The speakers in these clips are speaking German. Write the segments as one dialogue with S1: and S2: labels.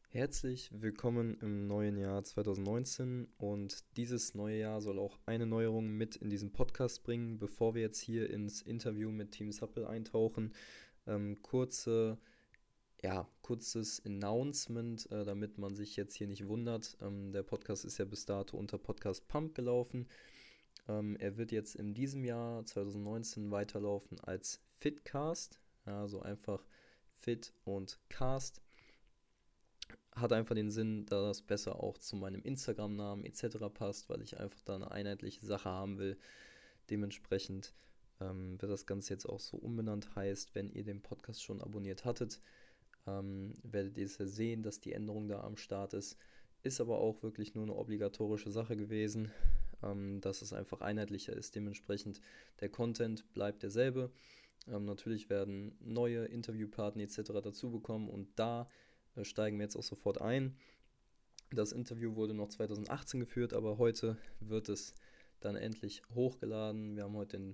S1: Herzlich willkommen im neuen Jahr 2019 und dieses neue Jahr soll auch eine Neuerung mit in diesen Podcast bringen. Bevor wir jetzt hier ins Interview mit Team Supple eintauchen, kurzes Announcement, damit man sich jetzt hier nicht wundert. Der Podcast ist ja bis dato unter Podcast Pump gelaufen. Er wird jetzt in diesem Jahr 2019 weiterlaufen als Fitcast, also einfach Fit und Cast. Hat einfach den Sinn, da das besser auch zu meinem Instagram-Namen etc. passt, weil ich einfach da eine einheitliche Sache haben will. Dementsprechend wird das Ganze jetzt auch so umbenannt. Heißt, wenn ihr den Podcast schon abonniert hattet, werdet ihr es ja sehen, dass die Änderung da am Start ist. Ist aber auch wirklich nur eine obligatorische Sache gewesen, dass es einfach einheitlicher ist. Dementsprechend der Content bleibt derselbe. Natürlich werden neue Interviewpartner etc. dazu bekommen und da steigen wir jetzt auch sofort ein. Das Interview wurde noch 2018 geführt, aber heute wird es dann endlich hochgeladen. Wir haben heute den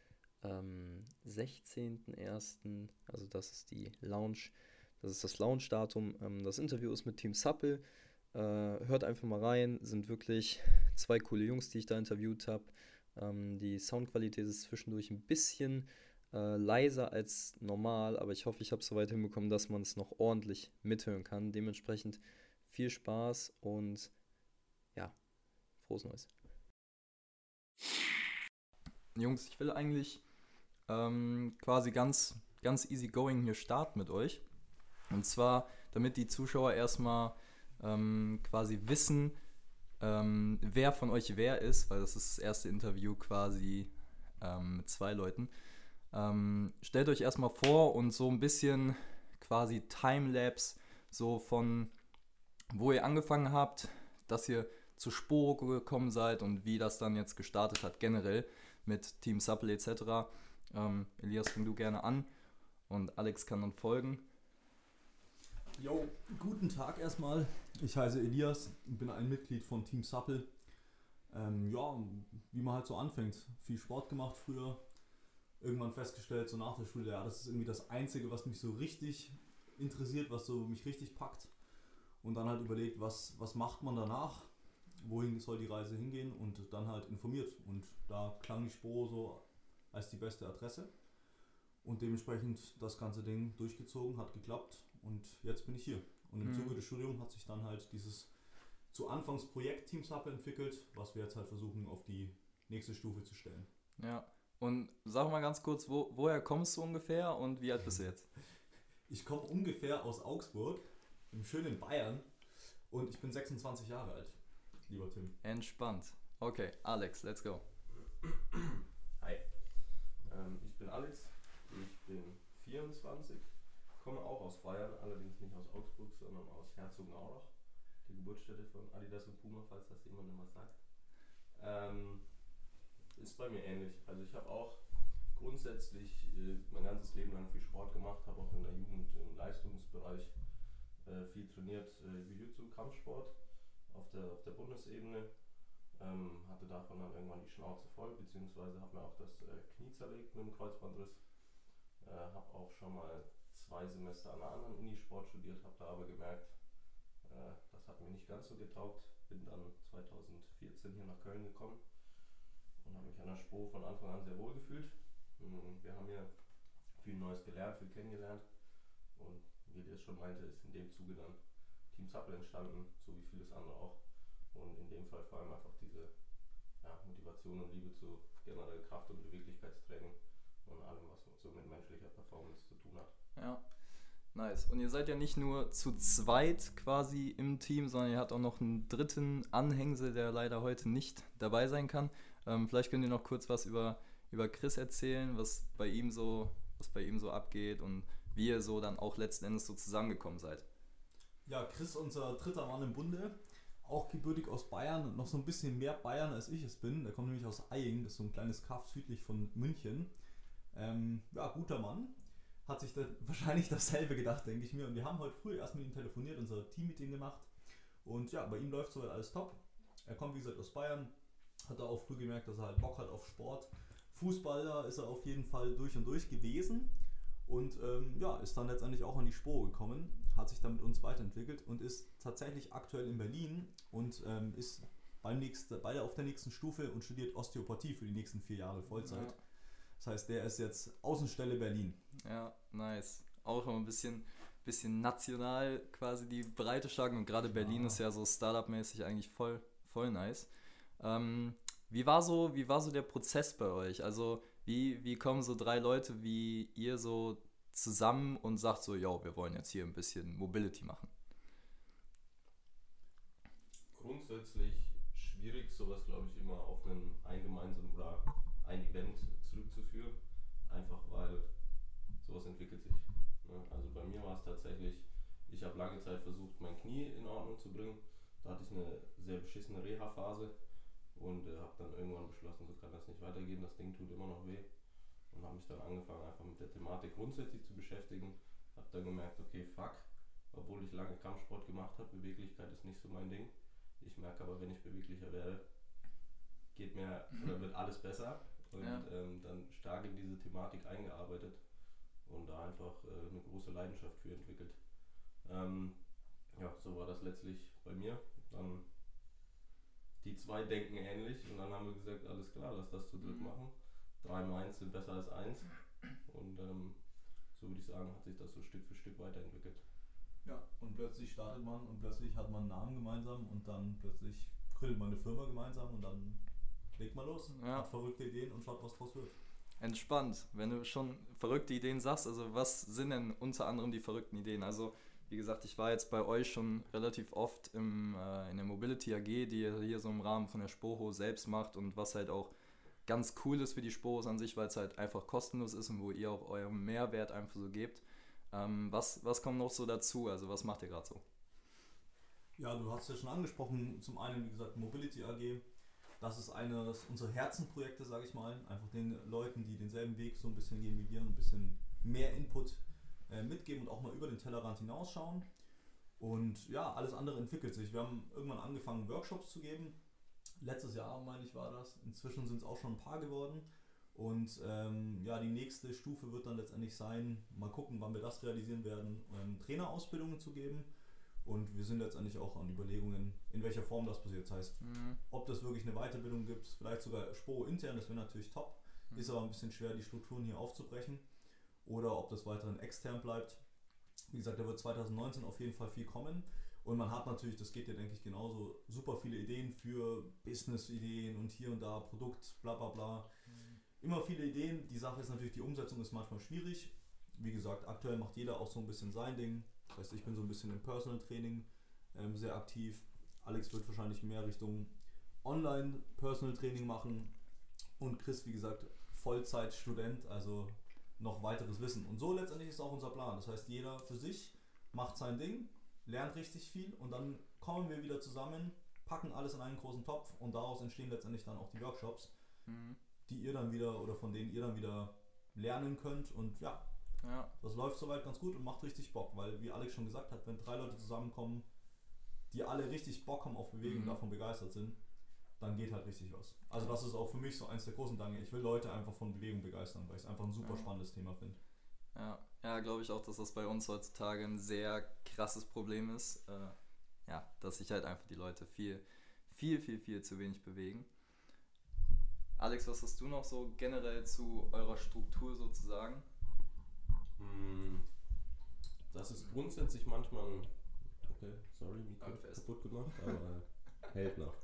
S1: 16.01., also das ist das Launch-Datum. Das Interview ist mit Team Supple. Hört einfach mal rein, sind wirklich zwei coole Jungs, die ich da interviewt habe. Die Soundqualität ist zwischendurch ein bisschen leiser als normal, aber ich hoffe, ich habe es soweit hinbekommen, dass man es noch ordentlich mithören kann. Dementsprechend viel Spaß und ja, frohes Neues. Jungs, ich will eigentlich quasi ganz easy going hier starten mit euch. Und zwar, damit die Zuschauer erstmal quasi wissen, wer von euch wer ist, weil das ist das erste Interview quasi mit zwei Leuten. Stellt euch erstmal vor und so ein bisschen quasi Timelapse, so von wo ihr angefangen habt, dass ihr zur Sporo gekommen seid und wie das dann jetzt gestartet hat generell mit Team Supple etc. Elias, fang du gerne an und Alex kann dann folgen.
S2: Jo, guten Tag erstmal. Ich heiße Elias, bin ein Mitglied von Team Supple. Wie man halt so anfängt. Viel Sport gemacht früher. Irgendwann festgestellt, so nach der Schule, ja, das ist irgendwie das Einzige, was mich so richtig interessiert, was so mich richtig packt. Und dann halt überlegt, was macht man danach, wohin soll die Reise hingehen und dann halt informiert. Und da klang die Sporo so als die beste Adresse. Und dementsprechend das ganze Ding durchgezogen, hat geklappt und jetzt bin ich hier. Und im Zuge des Studiums hat sich dann halt dieses zu Anfangs Projekt Team Supple entwickelt, was wir jetzt halt versuchen auf die nächste Stufe zu stellen.
S1: Ja. Und sag mal ganz kurz, woher kommst du ungefähr und wie alt bist du jetzt?
S2: Ich komme ungefähr aus Augsburg, im schönen Bayern, und ich bin 26 Jahre alt, lieber Tim.
S1: Entspannt. Okay, Alex, let's go.
S3: Hi, ich bin Alex, ich bin 24, komme auch aus Bayern, allerdings nicht aus Augsburg, sondern aus Herzogenaurach, die Geburtsstätte von Adidas und Puma, falls das jemand immer sagt. Ist bei mir ähnlich. Also ich habe auch grundsätzlich mein ganzes Leben lang viel Sport gemacht, habe auch in der Jugend im Leistungsbereich viel trainiert, Jiu-Jitsu, Kampfsport auf der Bundesebene. Hatte davon dann irgendwann die Schnauze voll, beziehungsweise habe mir auch das Knie zerlegt mit dem Kreuzbandriss. Habe auch schon mal 2 Semester an einer anderen Uni Sport studiert, habe da aber gemerkt, das hat mir nicht ganz so getaugt. Bin dann 2014 hier nach Köln gekommen und habe mich an der Sporo von Anfang an sehr wohl gefühlt. Wir haben hier viel Neues gelernt, viel kennengelernt und wie ihr es schon meinte, ist in dem Zuge dann Team Supple entstanden, so wie vieles andere auch. Und in dem Fall vor allem einfach diese Motivation und Liebe zu generell Kraft- und Beweglichkeitstraining und allem, was so mit menschlicher Performance zu tun hat.
S1: Ja, nice. Und ihr seid ja nicht nur zu zweit quasi im Team, sondern ihr habt auch noch einen dritten Anhängsel, der leider heute nicht dabei sein kann. Vielleicht könnt ihr noch kurz was über Chris erzählen, was bei ihm so abgeht und wie ihr so dann auch letzten Endes so zusammengekommen seid.
S2: Ja, Chris, unser dritter Mann im Bunde, auch gebürtig aus Bayern, noch so ein bisschen mehr Bayern als ich es bin. Der kommt nämlich aus Eying, das ist so ein kleines Kaff südlich von München. Guter Mann. Hat sich da wahrscheinlich dasselbe gedacht, denke ich mir. Und wir haben heute früh erst mit ihm telefoniert, unser Team-Meeting gemacht. Und ja, bei ihm läuft soweit alles top. Er kommt wie gesagt aus Bayern, hat da auch früh gemerkt, dass er halt Bock hat auf Sport. Fußballer ist er auf jeden Fall durch und durch gewesen. Und ist dann letztendlich auch an die Spur gekommen. hat sich dann mit uns weiterentwickelt und ist tatsächlich aktuell in Berlin und ist auf der nächsten Stufe und studiert Osteopathie für die nächsten 4 Jahre Vollzeit.
S4: Ja.
S2: Das heißt, der ist jetzt Außenstelle Berlin.
S4: Ja, nice. Auch immer ein bisschen national quasi die Breite schlagen und gerade Berlin ist ja so Startup-mäßig eigentlich voll nice. Wie war so der Prozess bei euch? Also wie kommen so 3 Leute wie ihr so zusammen und sagt so, ja, wir wollen jetzt hier ein bisschen Mobility machen?
S3: Grundsätzlich schwierig, sowas glaube ich immer auf ein gemeinsames oder ein Event zurückzuführen, einfach weil sowas entwickelt sich. Ne? Also bei mir war es tatsächlich, ich habe lange Zeit versucht, mein Knie in Ordnung zu bringen. Da hatte ich eine sehr beschissene Reha-Phase und habe dann irgendwann beschlossen, so kann das nicht weitergehen, das Ding tut immer noch weh. Und habe mich dann angefangen, einfach mit der Thematik grundsätzlich zu beschäftigen. Habe dann gemerkt, okay, fuck, obwohl ich lange Kampfsport gemacht habe, Beweglichkeit ist nicht so mein Ding. Ich merke aber, wenn ich beweglicher werde, wird alles besser. Und dann stark in diese Thematik eingearbeitet und da einfach eine große Leidenschaft für entwickelt. So war das letztlich bei mir. Dann die 2 denken ähnlich und dann haben wir gesagt, alles klar, lass das zu dritt machen. 3 mal 1 sind besser als 1 und so würde ich sagen, hat sich das so Stück für Stück weiterentwickelt.
S2: Ja, und plötzlich startet man und plötzlich hat man einen Namen gemeinsam und dann plötzlich gründet man eine Firma gemeinsam und dann legt man los, hat verrückte Ideen und schaut, was draus wird.
S4: Entspannt, wenn du schon verrückte Ideen sagst, also was sind denn unter anderem die verrückten Ideen? Also wie gesagt, ich war jetzt bei euch schon relativ oft in der Mobility AG, die ihr hier so im Rahmen von der Spoho selbst macht und was halt auch ganz cool ist für die Spohos an sich, weil es halt einfach kostenlos ist und wo ihr auch euren Mehrwert einfach so gebt. Was kommt noch so dazu? Also was macht ihr gerade so?
S2: Ja, du hast ja schon angesprochen, zum einen wie gesagt Mobility AG. Das ist eines unserer Herzenprojekte, sage ich mal. Einfach den Leuten, die denselben Weg so ein bisschen gehen wie wir, ein bisschen mehr Input mitgeben und auch mal über den Tellerrand hinausschauen. Und ja, alles andere entwickelt sich. Wir haben irgendwann angefangen, Workshops zu geben. Letztes Jahr, meine ich, war das. Inzwischen sind es auch schon ein paar geworden. Und die nächste Stufe wird dann letztendlich sein, mal gucken, wann wir das realisieren werden, Trainerausbildungen zu geben. Und wir sind letztendlich auch an Überlegungen, in welcher Form das passiert. Das heißt, ob das wirklich eine Weiterbildung gibt, vielleicht sogar Spoho intern, das wäre natürlich top. Ist aber ein bisschen schwer, die Strukturen hier aufzubrechen. Oder ob das weiterhin extern bleibt. Wie gesagt, da wird 2019 auf jeden Fall viel kommen. Und man hat natürlich, das geht ja denke ich genauso, super viele Ideen für Business-Ideen und hier und da Produkt, bla bla bla. Immer viele Ideen. Die Sache ist natürlich, die Umsetzung ist manchmal schwierig. Wie gesagt, aktuell macht jeder auch so ein bisschen sein Ding. Das heißt, ich bin so ein bisschen im Personal Training sehr aktiv. Alex wird wahrscheinlich mehr Richtung Online Personal Training machen. Und Chris, wie gesagt, Vollzeitstudent, also noch weiteres Wissen. Und so letztendlich ist auch unser Plan. Das heißt, jeder für sich macht sein Ding, lernt richtig viel und dann kommen wir wieder zusammen, packen alles in einen großen Topf und daraus entstehen letztendlich dann auch die Workshops, die ihr dann wieder oder von denen ihr dann wieder lernen könnt. Und ja, das läuft soweit ganz gut und macht richtig Bock, weil wie Alex schon gesagt hat, wenn 3 Leute zusammenkommen, die alle richtig Bock haben auf Bewegung, davon begeistert sind, dann geht halt richtig was. Also das ist auch für mich so eins der großen Dinge. Ich will Leute einfach von Bewegung begeistern, weil ich es einfach ein super spannendes Thema finde.
S4: Ja, glaube ich auch, dass das bei uns heutzutage ein sehr krasses Problem ist. Dass sich halt einfach die Leute viel zu wenig bewegen. Alex, was hast du noch so generell zu eurer Struktur sozusagen?
S3: Das ist grundsätzlich manchmal, Mikro kaputt gemacht, aber hält noch.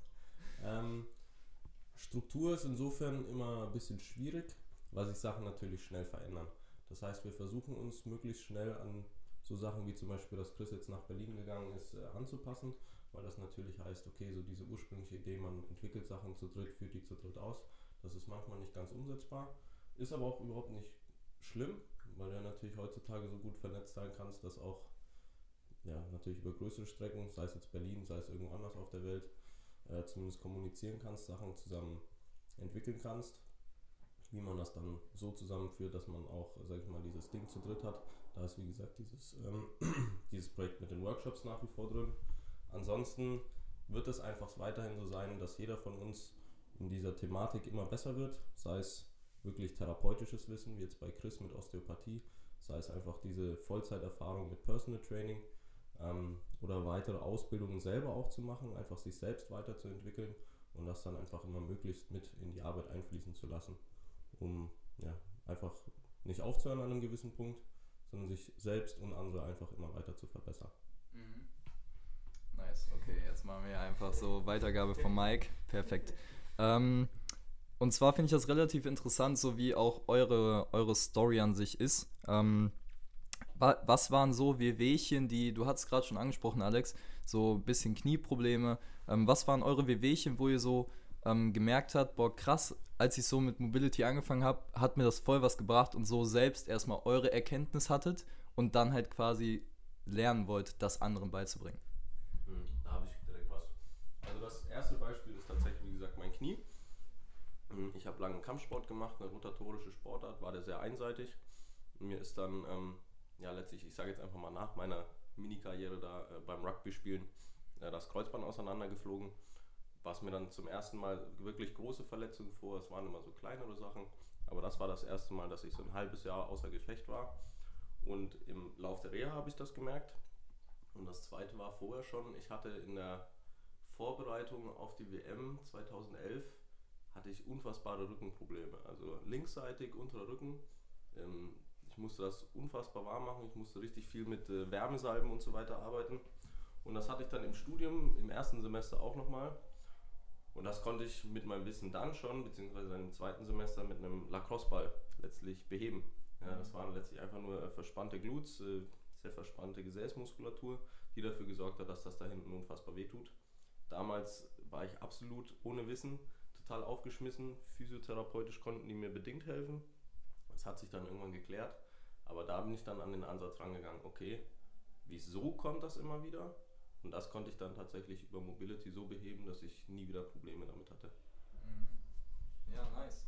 S3: Struktur ist insofern immer ein bisschen schwierig, weil sich Sachen natürlich schnell verändern. Das heißt, wir versuchen uns möglichst schnell an so Sachen wie zum Beispiel, dass Chris jetzt nach Berlin gegangen ist, anzupassen, weil das natürlich heißt, okay, so diese ursprüngliche Idee, man entwickelt Sachen zu dritt, führt die zu dritt aus, das ist manchmal nicht ganz umsetzbar, ist aber auch überhaupt nicht schlimm, weil du natürlich heutzutage so gut vernetzt sein kannst, dass auch natürlich über größere Strecken, sei es jetzt Berlin, sei es irgendwo anders auf der Welt, zumindest kommunizieren kannst, Sachen zusammen entwickeln kannst. Wie man das dann so zusammenführt, dass man auch, sag ich mal, dieses Ding zu dritt hat. Da ist wie gesagt dieses Projekt mit den Workshops nach wie vor drin. Ansonsten wird es einfach weiterhin so sein, dass jeder von uns in dieser Thematik immer besser wird, sei es wirklich therapeutisches Wissen, wie jetzt bei Chris mit Osteopathie, sei es einfach diese Vollzeiterfahrung mit Personal Training, oder weitere Ausbildungen selber auch zu machen, einfach sich selbst weiterzuentwickeln und das dann einfach immer möglichst mit in die Arbeit einfließen zu lassen, um einfach nicht aufzuhören an einem gewissen Punkt, sondern sich selbst und andere einfach immer weiter zu verbessern.
S4: Nice, okay, jetzt machen wir einfach so Weitergabe von Mike. Perfekt. Und zwar finde ich das relativ interessant, so wie auch eure Story an sich ist. Was waren so Wehwehchen, du hattest gerade schon angesprochen, Alex, so ein bisschen Knieprobleme. Was waren eure Wehwehchen, wo ihr so gemerkt habt, boah krass, als ich so mit Mobility angefangen habe, hat mir das voll was gebracht und so selbst erstmal eure Erkenntnis hattet und dann halt quasi lernen wollt, das anderen beizubringen?
S3: Da habe ich direkt was. Also das erste Beispiel ist tatsächlich, wie gesagt, mein Knie. Ich habe lange Kampfsport gemacht, eine rotatorische Sportart, war der sehr einseitig. Mir ist dann, letztlich, ich sage jetzt einfach mal nach meiner Mini-Karriere da beim Rugby-Spielen das Kreuzband auseinandergeflogen, was mir dann zum ersten Mal wirklich große Verletzungen vor. Es waren immer so kleinere Sachen, aber das war das erste Mal, dass ich so ein halbes Jahr außer Gefecht war. Und im Lauf der Reha habe ich das gemerkt. Und das zweite war vorher schon, ich hatte in der Vorbereitung auf die WM 2011 hatte ich unfassbare Rückenprobleme. Also linksseitig, unterer Rücken. Ich musste das unfassbar warm machen, ich musste richtig viel mit Wärmesalben und so weiter arbeiten. Und das hatte ich dann im Studium, im ersten Semester auch nochmal. Und das konnte ich mit meinem Wissen dann schon, beziehungsweise dann im zweiten Semester mit einem Lacrosse-Ball letztlich beheben. Ja, das waren letztlich einfach nur verspannte Glutes, sehr verspannte Gesäßmuskulatur, die dafür gesorgt hat, dass das da hinten unfassbar wehtut. Damals war ich absolut ohne Wissen, total aufgeschmissen. Physiotherapeutisch konnten die mir bedingt helfen. Das hat sich dann irgendwann geklärt. Aber da bin ich dann an den Ansatz rangegangen, okay, wieso kommt das immer wieder? Und das konnte ich dann tatsächlich über Mobility so beheben, dass ich nie wieder Probleme damit hatte.
S4: Ja, nice.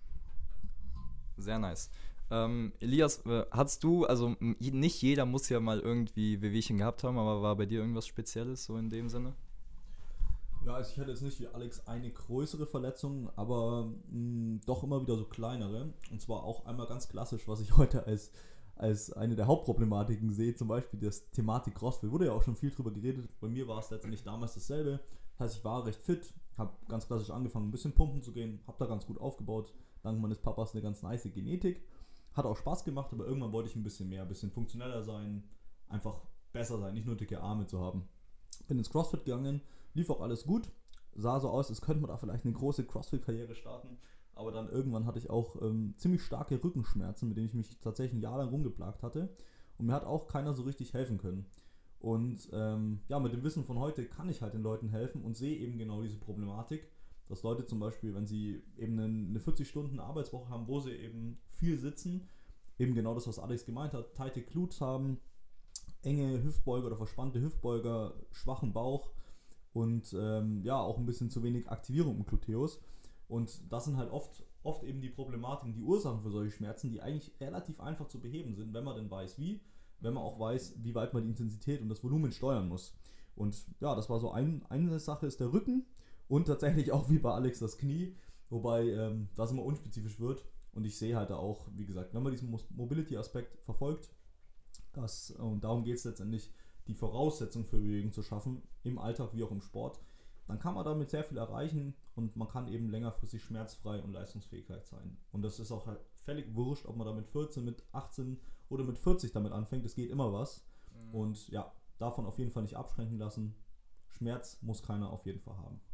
S4: Sehr nice. Elias, hattest du, also nicht jeder muss ja mal irgendwie Wehwehchen gehabt haben, aber war bei dir irgendwas Spezielles so in dem Sinne?
S2: Ja, also ich hatte jetzt nicht wie Alex eine größere Verletzung, aber doch immer wieder so kleinere. Und zwar auch einmal ganz klassisch, was ich heute als eine der Hauptproblematiken sehe, zum Beispiel das Thematik CrossFit. Wurde ja auch schon viel drüber geredet. Bei mir war es letztendlich damals dasselbe. Das heißt, ich war recht fit, habe ganz klassisch angefangen, ein bisschen pumpen zu gehen, habe da ganz gut aufgebaut. Dank meines Papas eine ganz nice Genetik. Hat auch Spaß gemacht, aber irgendwann wollte ich ein bisschen mehr, ein bisschen funktioneller sein, einfach besser sein, nicht nur dicke Arme zu haben. Bin ins CrossFit gegangen, lief auch alles gut, sah so aus, als könnte man da vielleicht eine große CrossFit-Karriere starten, aber dann irgendwann hatte ich auch ziemlich starke Rückenschmerzen, mit denen ich mich tatsächlich ein Jahr lang rumgeplagt hatte und mir hat auch keiner so richtig helfen können. Und mit dem Wissen von heute kann ich halt den Leuten helfen und sehe eben genau diese Problematik, dass Leute zum Beispiel, wenn sie eben eine 40-Stunden-Arbeitswoche haben, wo sie eben viel sitzen, eben genau das, was Alex gemeint hat, tighte Glutes haben, enge Hüftbeuger oder verspannte Hüftbeuger, schwachen Bauch und auch ein bisschen zu wenig Aktivierung im Gluteus. Und das sind halt oft eben die Problematiken, die Ursachen für solche Schmerzen, die eigentlich relativ einfach zu beheben sind, wenn man denn weiß wie, wenn man auch weiß, wie weit man die Intensität und das Volumen steuern muss. Und ja, das war so eine Sache ist der Rücken und tatsächlich auch wie bei Alex das Knie, wobei das immer unspezifisch wird. Und ich sehe halt da auch, wie gesagt, wenn man diesen Mobility-Aspekt verfolgt, und darum geht es letztendlich, die Voraussetzung für Bewegung zu schaffen, im Alltag wie auch im Sport, dann kann man damit sehr viel erreichen und man kann eben längerfristig schmerzfrei und leistungsfähig sein. Und das ist auch halt völlig wurscht, ob man da mit 14, mit 18 oder mit 40 damit anfängt, es geht immer was. Und ja, davon auf jeden Fall nicht abschränken lassen. Schmerz muss keiner auf jeden Fall haben.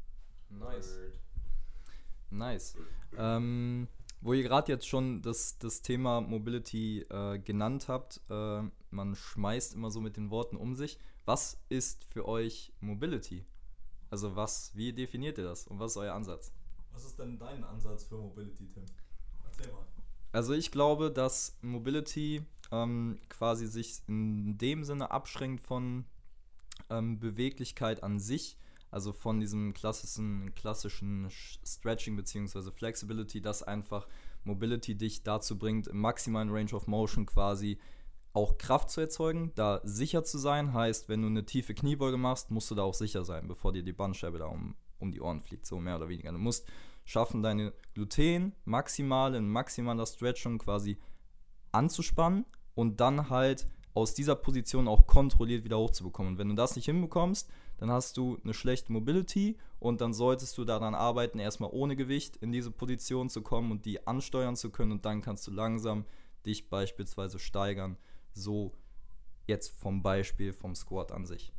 S4: Nice. Wo ihr gerade jetzt schon das Thema Mobility genannt habt, man schmeißt immer so mit den Worten um sich. Was ist für euch Mobility? Also wie definiert ihr das und was ist euer Ansatz?
S2: Was ist denn dein Ansatz für Mobility, Tim? Erzähl mal.
S4: Also ich glaube, dass Mobility quasi sich in dem Sinne abschränkt von Beweglichkeit an sich, also von diesem klassischen Stretching bzw. Flexibility, dass einfach Mobility dich dazu bringt, im maximalen Range of Motion quasi auch Kraft zu erzeugen, da sicher zu sein, heißt, wenn du eine tiefe Kniebeuge machst, musst du da auch sicher sein, bevor dir die Bandscheibe da um die Ohren fliegt, so mehr oder weniger. Du musst schaffen, deine Gluten in maximaler Stretchung quasi anzuspannen und dann halt aus dieser Position auch kontrolliert wieder hochzubekommen. Und wenn du das nicht hinbekommst, dann hast du eine schlechte Mobility und dann solltest du daran arbeiten, erstmal ohne Gewicht in diese Position zu kommen und die ansteuern zu können und dann kannst du langsam dich beispielsweise steigern, so jetzt vom Beispiel vom Squat an sich.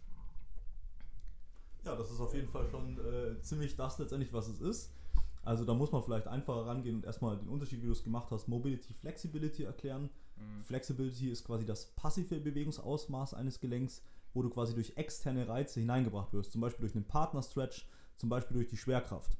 S2: Ja, das ist auf jeden Fall schon ziemlich das letztendlich, was es ist. Also da muss man vielleicht einfacher rangehen und erstmal den Unterschied, wie du es gemacht hast, Mobility, Flexibility erklären. Flexibility ist quasi das passive Bewegungsausmaß eines Gelenks, wo du quasi durch externe Reize hineingebracht wirst, zum Beispiel durch einen Partner-Stretch, zum Beispiel durch die Schwerkraft.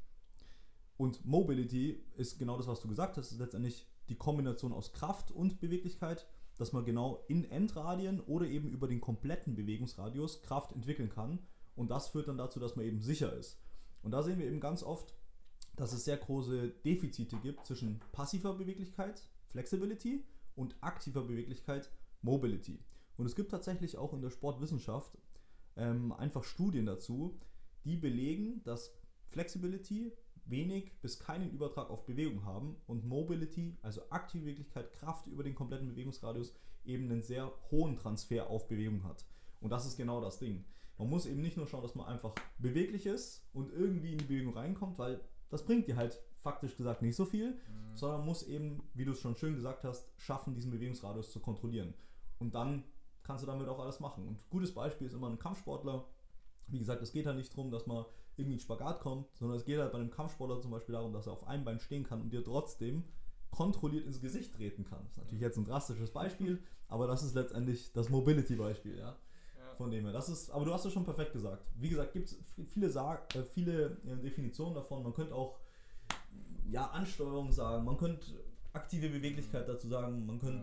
S2: Und Mobility ist genau das, was du gesagt hast, ist letztendlich die Kombination aus Kraft und Beweglichkeit, dass man genau in Endradien oder eben über den kompletten Bewegungsradius Kraft entwickeln kann. Und das führt dann dazu, dass man eben sicher ist. Und da sehen wir eben ganz oft, dass es sehr große Defizite gibt zwischen passiver Beweglichkeit, Flexibility, und aktiver Beweglichkeit, Mobility. Und es gibt tatsächlich auch in der Sportwissenschaft einfach Studien dazu, die belegen, dass Flexibility wenig bis keinen Übertrag auf Bewegung haben und Mobility, also aktive Beweglichkeit, Kraft über den kompletten Bewegungsradius, eben einen sehr hohen Transfer auf Bewegung hat. Und das ist genau das Ding. Man muss eben nicht nur schauen, dass man einfach beweglich ist und irgendwie in die Bewegung reinkommt, weil das bringt dir halt faktisch gesagt nicht so viel, sondern muss eben, wie du es schon schön gesagt hast, schaffen, diesen Bewegungsradius zu kontrollieren. Und dann kannst du damit auch alles machen. Und ein gutes Beispiel ist immer ein Kampfsportler. Wie gesagt, es geht halt nicht darum, dass man irgendwie in Spagat kommt, sondern es geht halt bei einem Kampfsportler zum Beispiel darum, dass er auf einem Bein stehen kann und dir trotzdem kontrolliert ins Gesicht treten kann. Das ist natürlich jetzt ein drastisches Beispiel, aber das ist letztendlich das Mobility-Beispiel, ja. Von dem her. Das ist, aber du hast es schon perfekt gesagt. Wie gesagt, gibt es viele Definitionen davon. Man könnte auch Ansteuerung sagen, man könnte aktive Beweglichkeit dazu sagen, man könnte,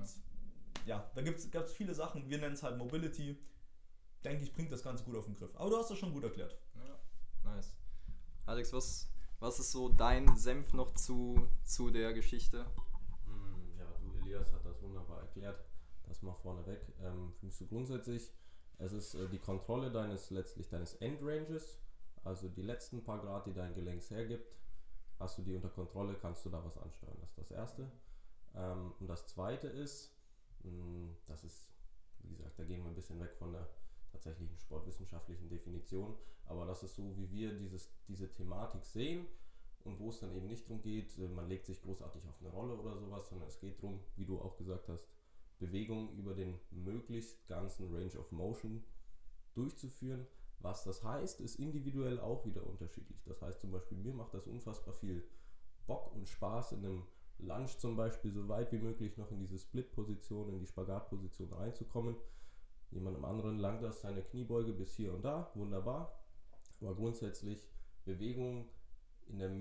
S2: da gibt es viele Sachen. Wir nennen es halt Mobility. Denke ich, bringt das Ganze gut auf den Griff. Aber du hast das schon gut erklärt.
S4: Ja, nice. Alex, was ist so dein Senf noch zu der Geschichte?
S3: Ja, Elias hat das wunderbar erklärt. Das mal vorneweg. Findest du grundsätzlich, es ist die Kontrolle deines Endranges, also die letzten paar Grad, die dein Gelenk hergibt, hast du die unter Kontrolle, kannst du da was ansteuern. Das ist das Erste. Und das Zweite ist, das ist, wie gesagt, da gehen wir ein bisschen weg von der tatsächlichen sportwissenschaftlichen Definition, aber das ist so, wie wir diese Thematik sehen und wo es dann eben nicht darum geht, man legt sich großartig auf eine Rolle oder sowas, sondern es geht darum, wie du auch gesagt hast, Bewegung über den möglichst ganzen Range of Motion durchzuführen. Was das heißt, ist individuell auch wieder unterschiedlich. Das heißt zum Beispiel, mir macht das unfassbar viel Bock und Spaß, in einem Lunge zum Beispiel so weit wie möglich noch in diese Split-Position, in die Spagatposition reinzukommen. Jemandem anderen langt das seine Kniebeuge bis hier und da, wunderbar. Aber grundsätzlich Bewegung in der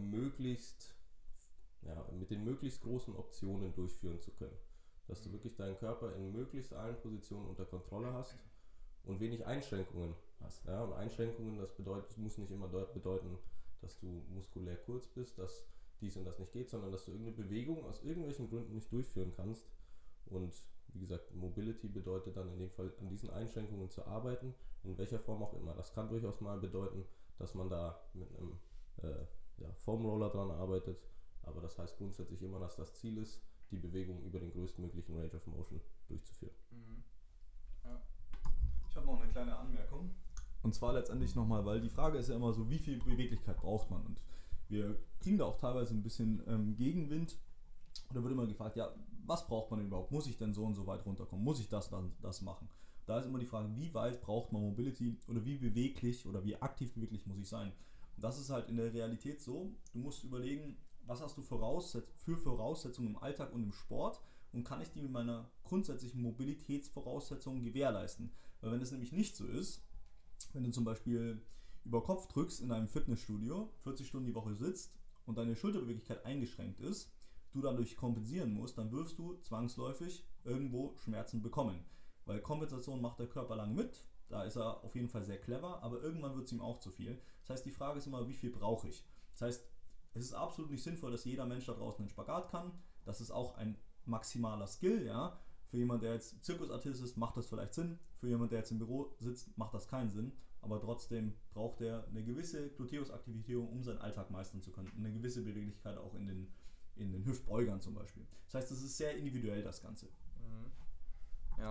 S3: mit den möglichst großen Optionen durchführen zu können. Dass du wirklich deinen Körper in möglichst allen Positionen unter Kontrolle hast und wenig Einschränkungen hast. Ja? Und Einschränkungen, das muss nicht immer bedeuten, dass du muskulär kurz bist, dass dies und das nicht geht, sondern dass du irgendeine Bewegung aus irgendwelchen Gründen nicht durchführen kannst. Und wie gesagt, Mobility bedeutet dann in dem Fall, an diesen Einschränkungen zu arbeiten, in welcher Form auch immer. Das kann durchaus mal bedeuten, dass man da mit einem Foam Roller dran arbeitet, aber das heißt grundsätzlich immer, dass das Ziel ist, die Bewegung über den größtmöglichen Range of Motion durchzuführen.
S2: Ja. Ich habe noch eine kleine Anmerkung. Und zwar letztendlich nochmal, weil die Frage ist ja immer so, wie viel Beweglichkeit braucht man? Und wir kriegen da auch teilweise ein bisschen Gegenwind. Und da wird immer gefragt, was braucht man denn überhaupt? Muss ich denn so und so weit runterkommen? Muss ich das machen? Da ist immer die Frage, wie weit braucht man Mobility oder wie beweglich oder wie aktiv beweglich muss ich sein? Und das ist halt in der Realität so, du musst überlegen, was hast du für Voraussetzungen im Alltag und im Sport und kann ich die mit meiner grundsätzlichen Mobilitätsvoraussetzung gewährleisten? Weil wenn das nämlich nicht so ist, wenn du zum Beispiel über Kopf drückst in einem Fitnessstudio, 40 Stunden die Woche sitzt und deine Schulterbeweglichkeit eingeschränkt ist, du dadurch kompensieren musst, dann wirst du zwangsläufig irgendwo Schmerzen bekommen. Weil Kompensation macht der Körper lang mit, da ist er auf jeden Fall sehr clever, aber irgendwann wird es ihm auch zu viel. Das heißt, die Frage ist immer, wie viel brauche ich? Das heißt, es ist absolut nicht sinnvoll, dass jeder Mensch da draußen einen Spagat kann. Das ist auch ein maximaler Skill, ja. Für jemanden, der jetzt Zirkusartist ist, macht das vielleicht Sinn. Für jemanden, der jetzt im Büro sitzt, macht das keinen Sinn. Aber trotzdem braucht er eine gewisse Gluteusaktivierung, um seinen Alltag meistern zu können. Und eine gewisse Beweglichkeit auch in den Hüftbeugern zum Beispiel. Das heißt, es ist sehr individuell, das Ganze.
S4: Ja,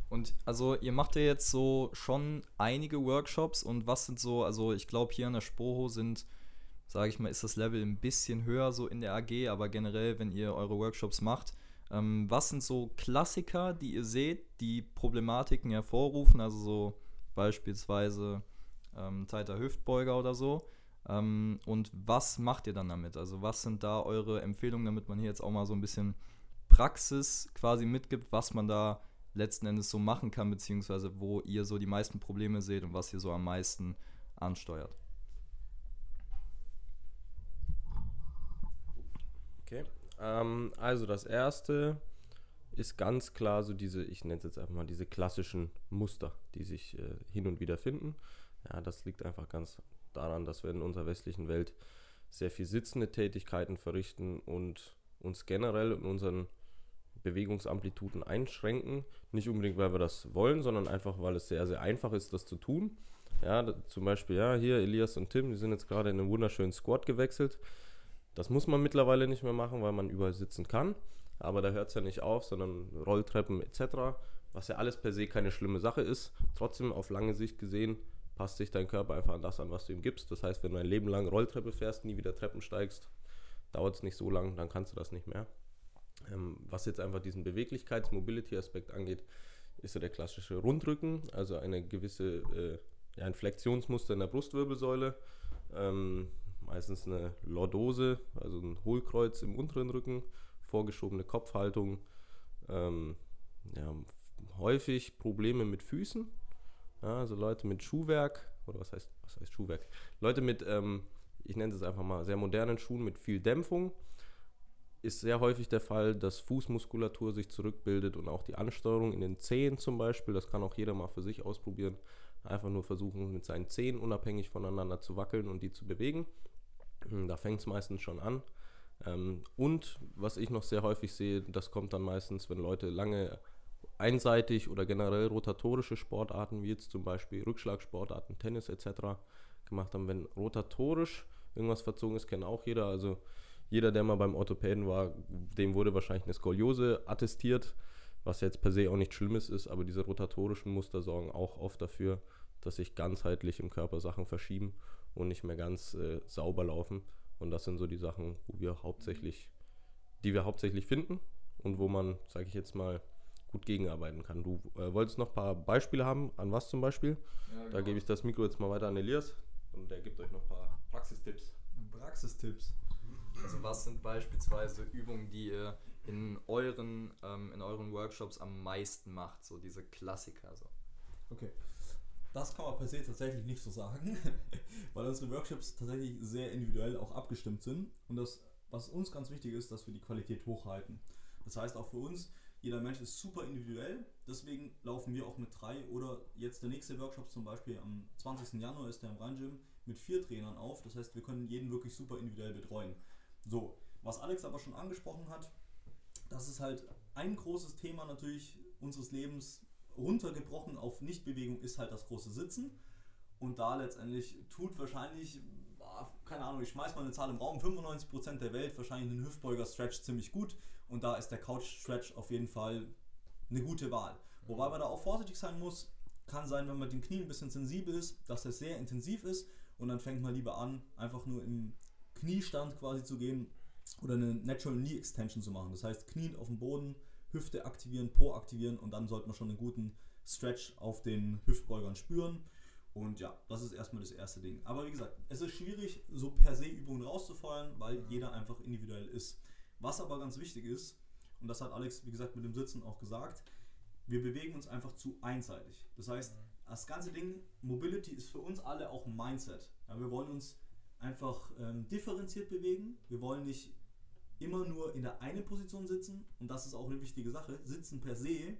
S4: Und also ihr macht ja jetzt so schon einige Workshops und was sind so, also ich glaube hier an der Spoho sind, sage ich mal, ist das Level ein bisschen höher so in der AG, aber generell, wenn ihr eure Workshops macht, was sind so Klassiker, die ihr seht, die Problematiken hervorrufen, also so beispielsweise tighter Hüftbeuger oder so, und was macht ihr dann damit? Also was sind da eure Empfehlungen, damit man hier jetzt auch mal so ein bisschen Praxis quasi mitgibt, was man da letzten Endes so machen kann, beziehungsweise wo ihr so die meisten Probleme seht und was ihr so am meisten ansteuert.
S3: Okay, also das erste ist ganz klar so diese, ich nenne es jetzt einfach mal diese klassischen Muster, die sich hin und wieder finden. Ja, das liegt einfach ganz daran, dass wir in unserer westlichen Welt sehr viel sitzende Tätigkeiten verrichten und uns generell in unseren Bewegungsamplituden einschränken. Nicht unbedingt, weil wir das wollen, sondern einfach, weil es sehr, sehr einfach ist, das zu tun. Ja, zum Beispiel, ja, hier Elias und Tim, die sind jetzt gerade in einen wunderschönen Squat gewechselt. Das muss man mittlerweile nicht mehr machen, weil man überall sitzen kann. Aber da hört es ja nicht auf, sondern Rolltreppen etc., was ja alles per se keine schlimme Sache ist. Trotzdem auf lange Sicht gesehen passt sich dein Körper einfach an das an, was du ihm gibst. Das heißt, wenn du ein Leben lang Rolltreppe fährst, nie wieder Treppen steigst, dauert es nicht so lang, dann kannst du das nicht mehr. Was jetzt einfach diesen Beweglichkeits-Mobility-Aspekt angeht, ist so der klassische Rundrücken, also eine gewisse ein Flexionsmuster in der Brustwirbelsäule, meistens eine Lordose, also ein Hohlkreuz im unteren Rücken, vorgeschobene Kopfhaltung, häufig Probleme mit Füßen, ja, also Leute mit Schuhwerk, oder was heißt Schuhwerk? Leute mit, ich nenne es einfach mal, sehr modernen Schuhen mit viel Dämpfung, ist sehr häufig der Fall, dass Fußmuskulatur sich zurückbildet und auch die Ansteuerung in den Zehen zum Beispiel, das kann auch jeder mal für sich ausprobieren, einfach nur versuchen mit seinen Zehen unabhängig voneinander zu wackeln und die zu bewegen. Da fängt es meistens schon an. Und was ich noch sehr häufig sehe, das kommt dann meistens, wenn Leute lange einseitig oder generell rotatorische Sportarten, wie jetzt zum Beispiel Rückschlagsportarten, Tennis etc. gemacht haben, wenn rotatorisch irgendwas verzogen ist, kennt auch jeder, also jeder, der mal beim Orthopäden war, dem wurde wahrscheinlich eine Skoliose attestiert, was jetzt per se auch nicht Schlimmes ist, aber diese rotatorischen Muster sorgen auch oft dafür, dass sich ganzheitlich im Körper Sachen verschieben und nicht mehr ganz sauber laufen. Und das sind so die Sachen, die wir hauptsächlich finden und wo man, sage ich jetzt mal, gut gegenarbeiten kann. Du wolltest noch ein paar Beispiele haben, an was zum Beispiel? Ja, genau. Da gebe ich das Mikro jetzt mal weiter an Elias und der gibt euch noch ein paar Praxistipps.
S4: Also was sind beispielsweise Übungen, die ihr in euren Workshops am meisten macht, so diese Klassiker so?
S2: Okay, das kann man per se tatsächlich nicht so sagen, weil unsere Workshops tatsächlich sehr individuell auch abgestimmt sind und das, was uns ganz wichtig ist, dass wir die Qualität hochhalten. Das heißt auch für uns, jeder Mensch ist super individuell, deswegen laufen wir auch mit 3 oder jetzt der nächste Workshop zum Beispiel am 20. Januar ist der im Rhein-Gym mit 4 Trainern auf, das heißt wir können jeden wirklich super individuell betreuen. So, was Alex aber schon angesprochen hat, das ist halt ein großes Thema natürlich unseres Lebens, runtergebrochen auf Nichtbewegung ist halt das große Sitzen und da letztendlich tut wahrscheinlich, keine Ahnung, ich schmeiß mal eine Zahl im Raum, 95% der Welt wahrscheinlich einen Hüftbeuger-Stretch ziemlich gut und da ist der Couch-Stretch auf jeden Fall eine gute Wahl. Wobei man da auch vorsichtig sein muss, kann sein, wenn man den Knien ein bisschen sensibel ist, dass das sehr intensiv ist und dann fängt man lieber an, einfach nur im Kniestand quasi zu gehen oder eine Natural Knee Extension zu machen. Das heißt, Knien auf dem Boden, Hüfte aktivieren, Po aktivieren und dann sollte man schon einen guten Stretch auf den Hüftbeugern spüren. Und ja, das ist erstmal das erste Ding. Aber wie gesagt, es ist schwierig, so per se Übungen rauszufeuern, weil jeder einfach individuell ist. Was aber ganz wichtig ist, und das hat Alex, wie gesagt, mit dem Sitzen auch gesagt, wir bewegen uns einfach zu einseitig. Das heißt, das ganze Ding, Mobility ist für uns alle auch ein Mindset. Ja, wir wollen uns einfach differenziert bewegen. Wir wollen nicht immer nur in der einen Position sitzen und das ist auch eine wichtige Sache. Sitzen per se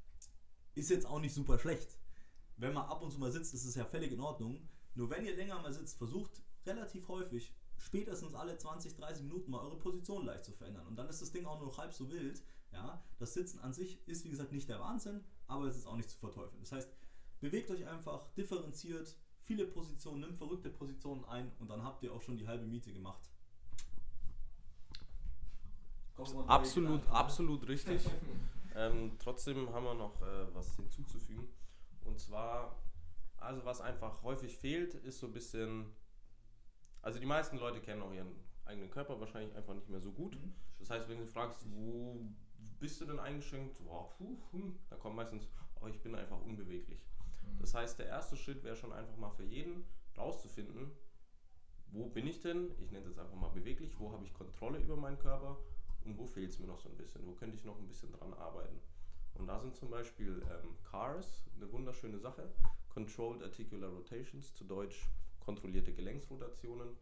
S2: ist jetzt auch nicht super schlecht. Wenn man ab und zu mal sitzt, ist es ja völlig in Ordnung. Nur wenn ihr länger mal sitzt, versucht relativ häufig, spätestens alle 20, 30 Minuten mal eure Position leicht zu verändern. Und dann ist das Ding auch nur noch halb so wild. Ja? Das Sitzen an sich ist wie gesagt nicht der Wahnsinn, aber es ist auch nicht zu verteufeln. Das heißt, bewegt euch einfach differenziert, viele Positionen, nimmt verrückte Positionen ein und dann habt ihr auch schon die halbe Miete gemacht.
S3: Absolut richtig. Trotzdem haben wir noch was hinzuzufügen. Und zwar, also was einfach häufig fehlt, ist so ein bisschen, also die meisten Leute kennen auch ihren eigenen Körper wahrscheinlich einfach nicht mehr so gut. Das heißt, wenn du fragst, wo bist du denn eingeschränkt, dann kommt meistens, oh, ich bin einfach unbeweglich. Das heißt, der erste Schritt wäre schon einfach mal für jeden rauszufinden, wo bin ich denn, ich nenne es jetzt einfach mal beweglich, wo habe ich Kontrolle über meinen Körper und wo fehlt es mir noch so ein bisschen, wo könnte ich noch ein bisschen dran arbeiten. Und da sind zum Beispiel CARS eine wunderschöne Sache, Controlled Articular Rotations, zu Deutsch kontrollierte Gelenksrotationen,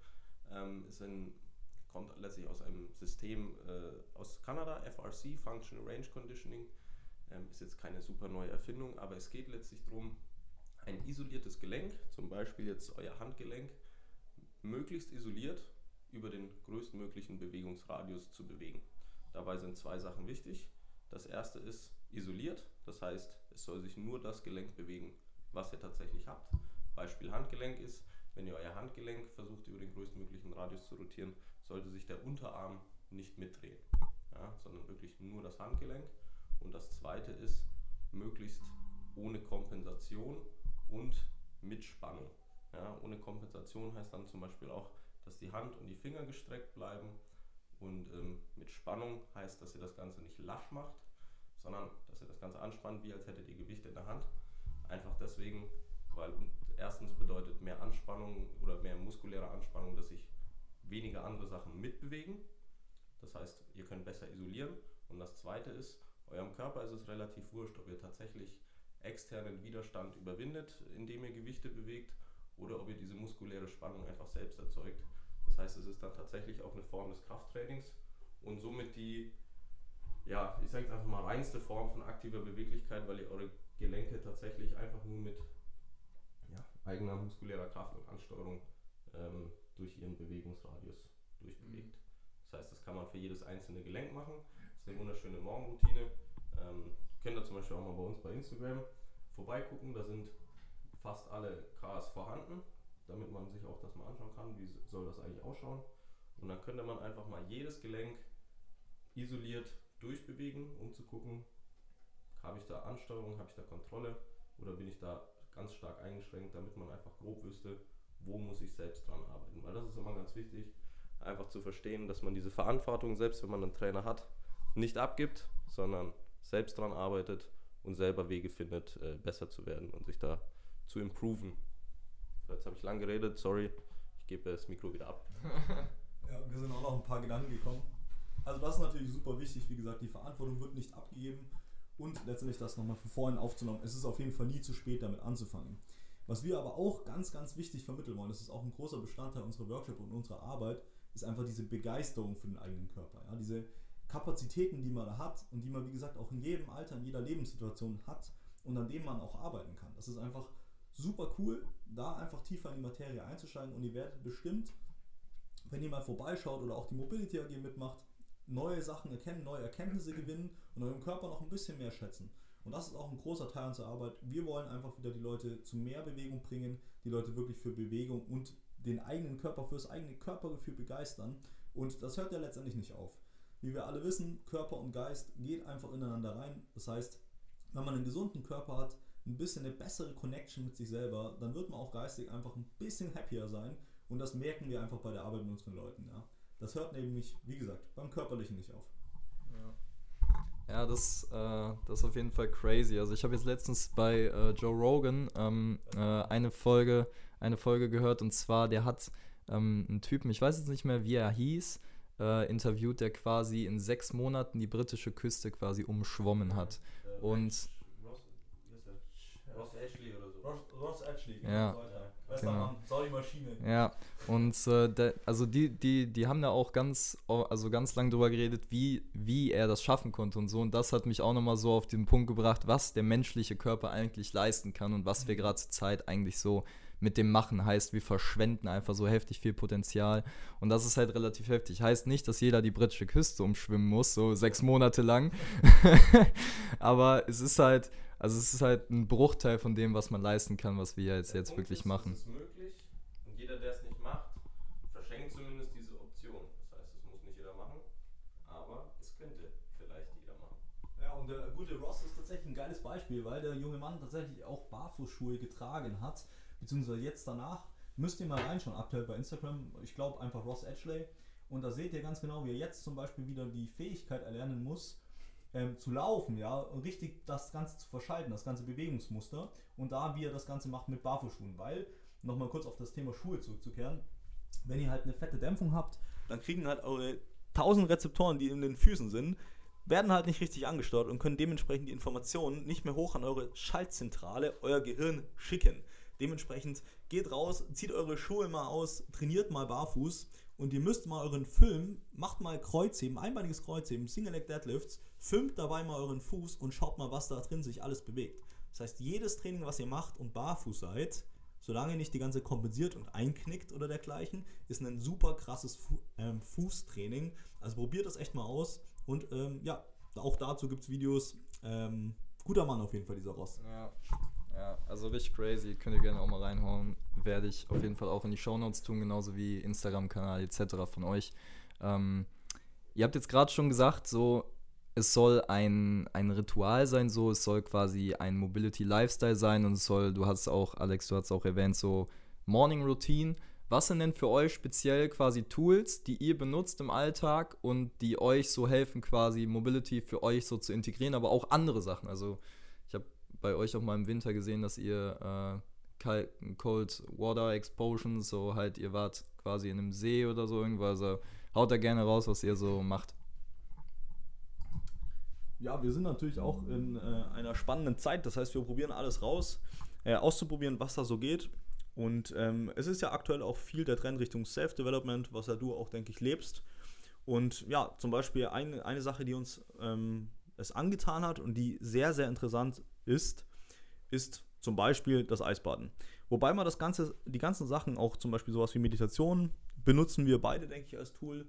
S3: kommt letztlich aus einem System aus Kanada, FRC, Functional Range Conditioning, ist jetzt keine super neue Erfindung, aber es geht letztlich darum, ein isoliertes Gelenk, zum Beispiel jetzt euer Handgelenk, möglichst isoliert über den größtmöglichen Bewegungsradius zu bewegen. Dabei sind zwei Sachen wichtig. Das erste ist isoliert, das heißt, es soll sich nur das Gelenk bewegen, was ihr tatsächlich habt. Beispiel Handgelenk ist, wenn ihr euer Handgelenk versucht über den größtmöglichen Radius zu rotieren, sollte sich der Unterarm nicht mitdrehen, ja, sondern wirklich nur das Handgelenk. Und das zweite ist, möglichst ohne Kompensation und mit Spannung. Ja, ohne Kompensation heißt dann zum Beispiel auch, dass die Hand und die Finger gestreckt bleiben. Und mit Spannung heißt, dass ihr das Ganze nicht lasch macht, sondern dass ihr das Ganze anspannt, wie als hättet ihr Gewicht in der Hand. Einfach deswegen, weil erstens bedeutet mehr Anspannung oder mehr muskuläre Anspannung, dass sich weniger andere Sachen mitbewegen. Das heißt, ihr könnt besser isolieren. Und das zweite ist, eurem Körper ist es relativ wurscht, ob ihr tatsächlich externen Widerstand überwindet, indem ihr Gewichte bewegt, oder ob ihr diese muskuläre Spannung einfach selbst erzeugt. Das heißt, es ist dann tatsächlich auch eine Form des Krafttrainings und somit die, ja, ich sage jetzt einfach mal reinste Form von aktiver Beweglichkeit, weil ihr eure Gelenke tatsächlich einfach nur mit eigener muskulärer Kraft und Ansteuerung durch ihren Bewegungsradius durchbewegt. Das heißt, das kann man für jedes einzelne Gelenk machen. Das ist eine wunderschöne Morgenroutine. Könnt ihr zum Beispiel auch mal bei uns bei Instagram vorbeigucken, da sind fast alle Ks vorhanden, damit man sich auch das mal anschauen kann, wie soll das eigentlich ausschauen. Und dann könnte man einfach mal jedes Gelenk isoliert durchbewegen, um zu gucken, habe ich da Ansteuerung, habe ich da Kontrolle oder bin ich da ganz stark eingeschränkt, damit man einfach grob wüsste, wo muss ich selbst dran arbeiten. Weil das ist immer ganz wichtig, einfach zu verstehen, dass man diese Verantwortung, selbst wenn man einen Trainer hat, nicht abgibt, sondern selbst dran arbeitet und selber Wege findet, besser zu werden und sich da zu improven. Jetzt habe ich lang geredet, sorry, ich gebe das Mikro wieder ab.
S2: Ja, mir sind auch noch ein paar Gedanken gekommen. Also das ist natürlich super wichtig, wie gesagt, die Verantwortung wird nicht abgegeben und letztendlich das nochmal von vorhin aufzunehmen. Es ist auf jeden Fall nie zu spät, damit anzufangen. Was wir aber auch ganz, ganz wichtig vermitteln wollen, das ist auch ein großer Bestandteil unserer Workshop und unserer Arbeit, ist einfach diese Begeisterung für den eigenen Körper. Ja? Diese Kapazitäten, die man da hat und die man, wie gesagt, auch in jedem Alter, in jeder Lebenssituation hat und an denen man auch arbeiten kann. Das ist einfach super cool, da einfach tiefer in die Materie einzusteigen und ihr werdet bestimmt, wenn ihr mal vorbeischaut oder auch die Mobility AG mitmacht, neue Sachen erkennen, neue Erkenntnisse gewinnen und euren Körper noch ein bisschen mehr schätzen. Und das ist auch ein großer Teil unserer Arbeit. Wir wollen einfach wieder die Leute zu mehr Bewegung bringen, die Leute wirklich für Bewegung und den eigenen Körper, für das eigene Körpergefühl begeistern. Und das hört ja letztendlich nicht auf. Wie wir alle wissen, Körper und Geist geht einfach ineinander rein. Das heißt, wenn man einen gesunden Körper hat, ein bisschen eine bessere Connection mit sich selber, dann wird man auch geistig einfach ein bisschen happier sein. Und das merken wir einfach bei der Arbeit mit unseren Leuten. Ja. Das hört nämlich, wie gesagt, beim Körperlichen nicht auf.
S4: Ja, das ist auf jeden Fall crazy. Also ich habe jetzt letztens bei Joe Rogan eine Folge gehört, und zwar, der hat einen Typen, ich weiß jetzt nicht mehr, wie er hieß, interviewt, der quasi in 6 Monaten die britische Küste quasi umschwommen hat. Und
S3: Ross Ashley oder so.
S2: Ross Ashley,
S4: ja,
S2: bester Mann, Saudi Maschine.
S4: Ja, und also die haben da auch ganz lang drüber geredet, wie er das schaffen konnte und so. Und das hat mich auch nochmal so auf den Punkt gebracht, was der menschliche Körper eigentlich leisten kann und was wir gerade zur Zeit eigentlich so mit dem machen. Heißt, wir verschwenden einfach so heftig viel Potenzial. Und das ist halt relativ heftig. Heißt nicht, dass jeder die britische Küste umschwimmen muss, so 6 Monate lang. Aber es ist halt ein Bruchteil von dem, was man leisten kann, was wir jetzt wirklich machen.
S3: Es ist möglich, und jeder, der es nicht macht, verschenkt zumindest diese Option. Das heißt, es muss nicht jeder machen, aber es könnte vielleicht jeder machen.
S2: Ja, und der gute geiles Beispiel, weil der junge Mann tatsächlich auch Barfußschuhe getragen hat, beziehungsweise jetzt danach. Müsst ihr mal reinschauen, aktuell bei Instagram, ich glaube einfach Ross Edgley. Und da seht ihr ganz genau, wie er jetzt zum Beispiel wieder die Fähigkeit erlernen muss, zu laufen, ja, und richtig das Ganze zu verschalten, das ganze Bewegungsmuster. Und da, wie er das Ganze macht mit Barfußschuhen, weil, nochmal kurz auf das Thema Schuhe zurückzukehren, wenn ihr halt eine fette Dämpfung habt, dann kriegen halt eure 1000 Rezeptoren, die in den Füßen sind, werden halt nicht richtig angesteuert und können dementsprechend die Informationen nicht mehr hoch an eure Schaltzentrale, euer Gehirn schicken. Dementsprechend geht raus, zieht eure Schuhe mal aus, trainiert mal barfuß und ihr müsst mal euren Film, macht mal Kreuzheben, einbeiniges Kreuzheben, Single Leg Deadlifts, filmt dabei mal euren Fuß und schaut mal, was da drin sich alles bewegt. Das heißt, jedes Training, was ihr macht und barfuß seid, solange ihr nicht die ganze kompensiert und einknickt oder dergleichen, ist ein super krasses Fußtraining. Also probiert das echt mal aus und ja, auch dazu gibt es Videos. Guter Mann auf jeden Fall, dieser Ross.
S4: Ja, also richtig crazy, könnt ihr gerne auch mal reinhauen, werde ich auf jeden Fall auch in die Shownotes tun, genauso wie Instagram-Kanal etc. von euch. Ihr habt jetzt gerade schon gesagt, so, es soll ein Ritual sein, so, es soll quasi ein Mobility-Lifestyle sein und es soll, Alex, du hast auch erwähnt, so Morning Routine. Was sind denn für euch speziell quasi Tools, die ihr benutzt im Alltag und die euch so helfen, quasi Mobility für euch so zu integrieren, aber auch andere Sachen? Also ich habe bei euch auch mal im Winter gesehen, dass ihr Cold Water Explosions, so halt, ihr wart quasi in einem See oder so irgendwo, also haut da gerne raus, was ihr so macht.
S2: Ja, wir sind natürlich auch in einer spannenden Zeit, das heißt, wir probieren alles raus, auszuprobieren, was da so geht. Und es ist ja aktuell auch viel der Trend Richtung Self-Development, was ja du auch, denke ich, lebst. Und ja, zum Beispiel eine Sache, die uns es angetan hat und die sehr, sehr interessant ist zum Beispiel das Eisbaden. Wobei man die ganzen Sachen, auch zum Beispiel sowas wie Meditation, benutzen wir beide, denke ich, als Tool,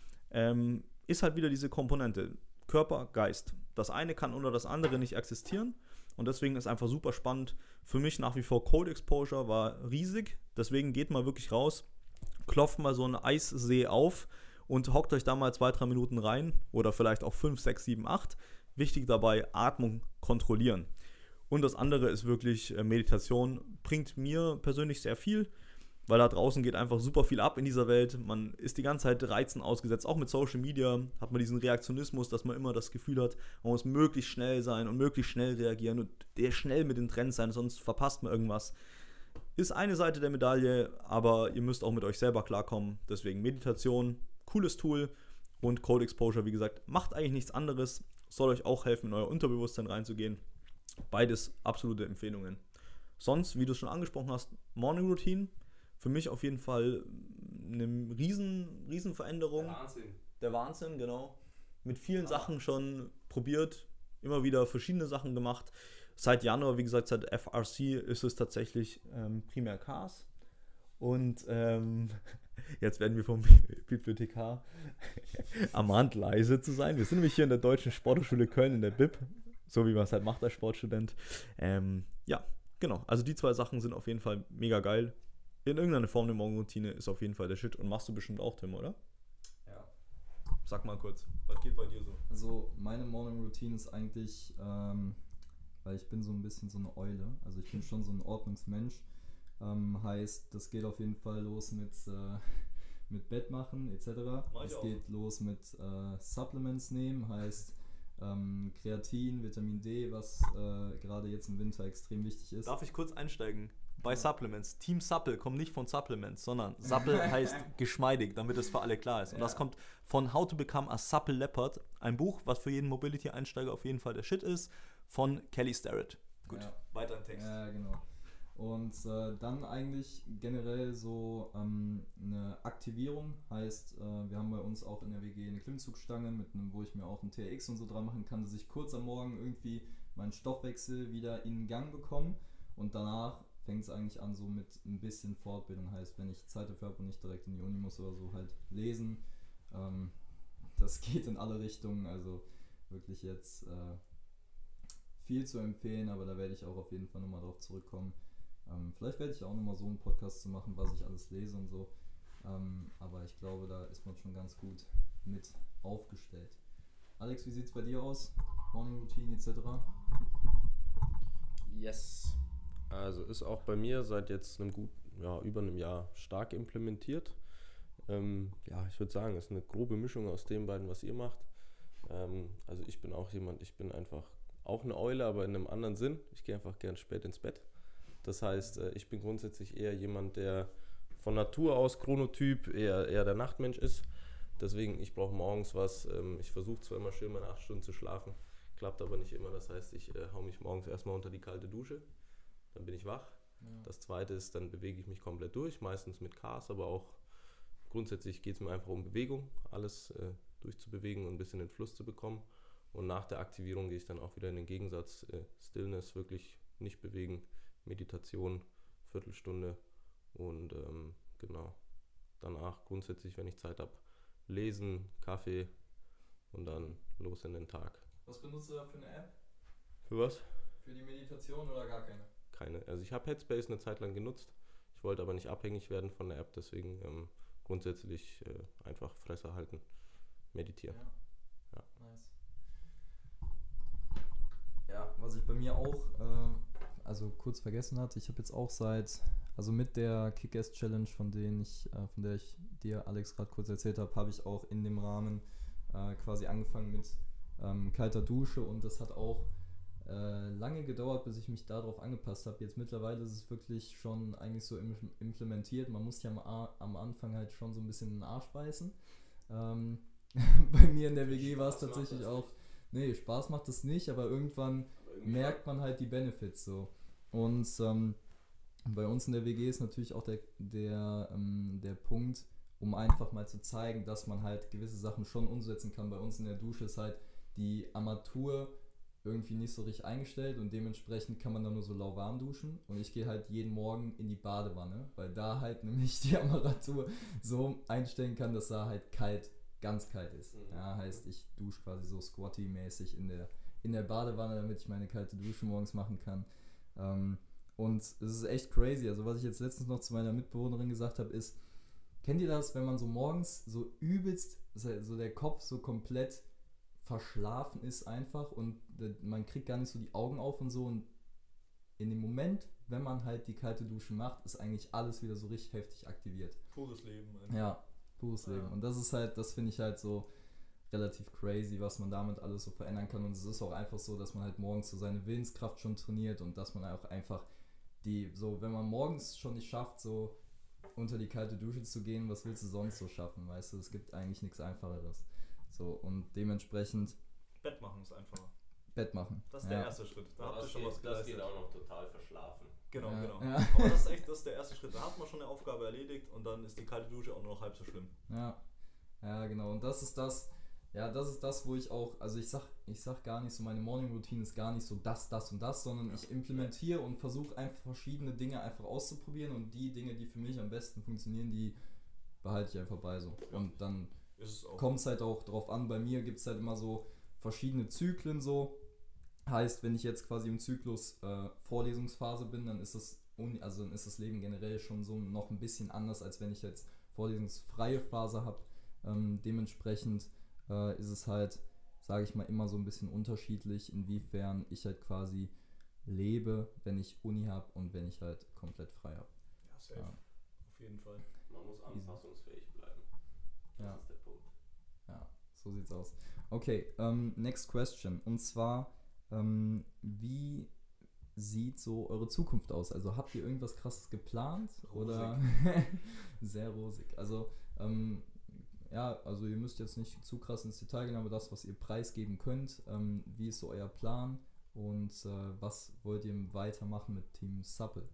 S2: ist halt wieder diese Komponente. Körper, Geist. Das eine kann ohne das andere nicht existieren. Und deswegen ist einfach super spannend. Für mich nach wie vor Cold Exposure war riesig. Deswegen geht mal wirklich raus, klopft mal so einen Eissee auf und hockt euch da mal 2-3 Minuten rein. Oder vielleicht auch 5, 6, 7, 8. Wichtig dabei, Atmung kontrollieren. Und das andere ist wirklich Meditation. Bringt mir persönlich sehr viel, weil da draußen geht einfach super viel ab in dieser Welt. Man ist die ganze Zeit Reizen ausgesetzt. Auch mit Social Media hat man diesen Reaktionismus, dass man immer das Gefühl hat, man muss möglichst schnell sein und möglichst schnell reagieren und schnell mit den Trends sein, sonst verpasst man irgendwas. Ist eine Seite der Medaille, aber ihr müsst auch mit euch selber klarkommen. Deswegen Meditation, cooles Tool und Cold Exposure, wie gesagt, macht eigentlich nichts anderes. Soll euch auch helfen, in euer Unterbewusstsein reinzugehen. Beides absolute Empfehlungen. Sonst, wie du es schon angesprochen hast, Morning Routine. Für mich auf jeden Fall eine riesen Veränderung. Der Wahnsinn, genau. Mit vielen Sachen schon probiert, immer wieder verschiedene Sachen gemacht. Seit Januar, wie gesagt, seit FRC ist es tatsächlich primär Cars. Und jetzt werden wir vom Bibliothekar ermahnt, leise zu sein. Wir sind nämlich hier in der Deutschen Sporthochschule Köln in der BIP, so wie man es halt macht als Sportstudent. Ja, genau. Also die 2 Sachen sind auf jeden Fall mega geil. In irgendeiner Form eine Morgenroutine ist auf jeden Fall der Shit. Und machst du bestimmt auch, Tim, oder?
S4: Ja.
S2: Sag mal kurz, was geht bei dir so?
S4: Also meine Morning Routine ist eigentlich, weil ich bin so ein bisschen so eine Eule, also ich bin schon so ein Ordnungsmensch, heißt, das geht auf jeden Fall los mit Bett machen etc. Es geht los mit Supplements nehmen, heißt Kreatin, Vitamin D, was gerade jetzt im Winter extrem wichtig ist.
S2: Darf ich kurz einsteigen? Bei Supplements. Team Supple kommt nicht von Supplements, sondern Supple heißt geschmeidig, damit es für alle klar ist. Und das kommt von How to Become a Supple Leopard, ein Buch, was für jeden Mobility-Einsteiger auf jeden Fall der Shit ist, von Kelly Starrett. Gut, weiter im Text.
S4: Ja, genau. Und dann eigentlich generell so eine Aktivierung, heißt, wir haben bei uns auch in der WG eine Klimmzugstange, wo ich mir auch ein TRX und so dran machen kann, dass ich kurz am Morgen irgendwie meinen Stoffwechsel wieder in Gang bekomme und danach fängt es eigentlich an so mit ein bisschen Fortbildung, heißt, wenn ich Zeit dafür habe und nicht direkt in die Uni muss oder so, halt lesen. Das geht in alle Richtungen, also wirklich jetzt viel zu empfehlen, aber da werde ich auch auf jeden Fall nochmal drauf zurückkommen. Vielleicht werde ich auch nochmal so einen Podcast zu machen, was ich alles lese und so. Aber ich glaube, da ist man schon ganz gut mit aufgestellt. Alex, wie sieht es bei dir aus? Morning Routine etc.? Yes.
S3: Also ist auch bei mir seit jetzt über einem Jahr stark implementiert. Ich würde sagen, es ist eine grobe Mischung aus den beiden, was ihr macht. Also ich bin auch ich bin einfach auch eine Eule, aber in einem anderen Sinn. Ich gehe einfach gern spät ins Bett. Das heißt, ich bin grundsätzlich eher jemand, der von Natur aus Chronotyp eher der Nachtmensch ist. Deswegen, ich brauche morgens was. Ich versuche zwar immer schön meine 8 Stunden zu schlafen, klappt aber nicht immer. Das heißt, ich hau mich morgens erstmal unter die kalte Dusche, dann bin ich wach. Ja. Das zweite ist, dann bewege ich mich komplett durch, meistens mit Cars, aber auch grundsätzlich geht es mir einfach um Bewegung, alles durchzubewegen und ein bisschen den Fluss zu bekommen. Und nach der Aktivierung gehe ich dann auch wieder in den Gegensatz, Stillness, wirklich nicht bewegen, Meditation, Viertelstunde und genau. Danach grundsätzlich, wenn ich Zeit habe, lesen, Kaffee und dann los in den Tag.
S4: Was benutzt du da für eine App?
S3: Für was?
S4: Für die Meditation oder gar keine?
S3: Keine. Also ich habe Headspace eine Zeit lang genutzt. Ich wollte aber nicht abhängig werden von der App, deswegen grundsätzlich einfach Fresse halten, meditieren.
S4: Ja. Nice. Ja, was ich bei mir auch kurz vergessen hatte, ich habe jetzt auch mit der Kick-Ass-Challenge, von der ich dir, Alex, gerade kurz erzählt habe ich auch in dem Rahmen quasi angefangen mit kalter Dusche, und das hat auch lange gedauert, bis ich mich darauf angepasst habe. Jetzt mittlerweile ist es wirklich schon eigentlich so implementiert. Man muss ja am Anfang halt schon so ein bisschen in den Arsch beißen. Bei mir in der WG war es tatsächlich auch, nee, Spaß macht es nicht, aber irgendwann merkt man halt die Benefits so. Und bei uns in der WG ist natürlich auch der Punkt, um einfach mal zu zeigen, dass man halt gewisse Sachen schon umsetzen kann. Bei uns in der Dusche ist halt die Armatur irgendwie nicht so richtig eingestellt und dementsprechend kann man dann nur so lauwarm duschen, und ich gehe halt jeden Morgen in die Badewanne, weil da halt nämlich die Armatur so einstellen kann, dass da halt kalt, ganz kalt ist. Ja, heißt, ich dusche quasi so Squatty-mäßig in der Badewanne, damit ich meine kalte Dusche morgens machen kann. Und es ist echt crazy. Also was ich jetzt letztens noch zu meiner Mitbewohnerin gesagt habe, ist, kennt ihr das, wenn man so morgens so übelst, so der Kopf so komplett verschlafen ist einfach und man kriegt gar nicht so die Augen auf und so, und in dem Moment, wenn man halt die kalte Dusche macht, ist eigentlich alles wieder so richtig heftig aktiviert.
S2: Pures Leben. Einfach.
S4: Ja, pures Leben. Und das finde ich halt so relativ crazy, was man damit alles so verändern kann, und es ist auch einfach so, dass man halt morgens so seine Willenskraft schon trainiert und dass man auch einfach wenn man morgens schon nicht schafft, so unter die kalte Dusche zu gehen, was willst du sonst so schaffen, weißt du, es gibt eigentlich nichts Einfacheres. So, und dementsprechend
S2: Bett machen ist einfacher.
S4: Bett machen.
S2: Das ist der erste Schritt. Da habt ihr schon was geleistet.
S3: Das geht auch noch total verschlafen.
S2: Genau.
S4: Ja.
S2: Aber das ist der erste Schritt. Da hat man schon eine Aufgabe erledigt und dann ist die kalte Dusche auch nur noch halb so schlimm.
S4: Ja, genau. Und das ist das, wo ich auch, also ich sag gar nicht so, meine Morning Routine ist gar nicht so das und das, sondern ich implementiere und versuche einfach verschiedene Dinge einfach auszuprobieren, und die Dinge, die für mich am besten funktionieren, die behalte ich einfach bei so. Ja. Und dann kommt es halt auch drauf an, bei mir gibt es halt immer so verschiedene Zyklen so. Heißt, wenn ich jetzt quasi im Zyklus Vorlesungsphase bin, dann ist das Leben generell schon so noch ein bisschen anders, als wenn ich jetzt vorlesungsfreie Phase habe. Dementsprechend ist es halt, sage ich mal, immer so ein bisschen unterschiedlich, inwiefern ich halt quasi lebe, wenn ich Uni habe und wenn ich halt komplett frei habe.
S2: Ja, safe. Ja. Auf jeden Fall.
S3: Man muss anpassungsfähig bleiben. Das ist der Punkt.
S4: Ja, so sieht's aus. Okay, next question. Und zwar, wie sieht so eure Zukunft aus? Also habt ihr irgendwas Krasses geplant?
S2: Rosig.
S4: Oder sehr rosig. Also, also ihr müsst jetzt nicht zu krass ins Detail gehen, aber das, was ihr preisgeben könnt, wie ist so euer Plan und was wollt ihr weitermachen mit Team Supple?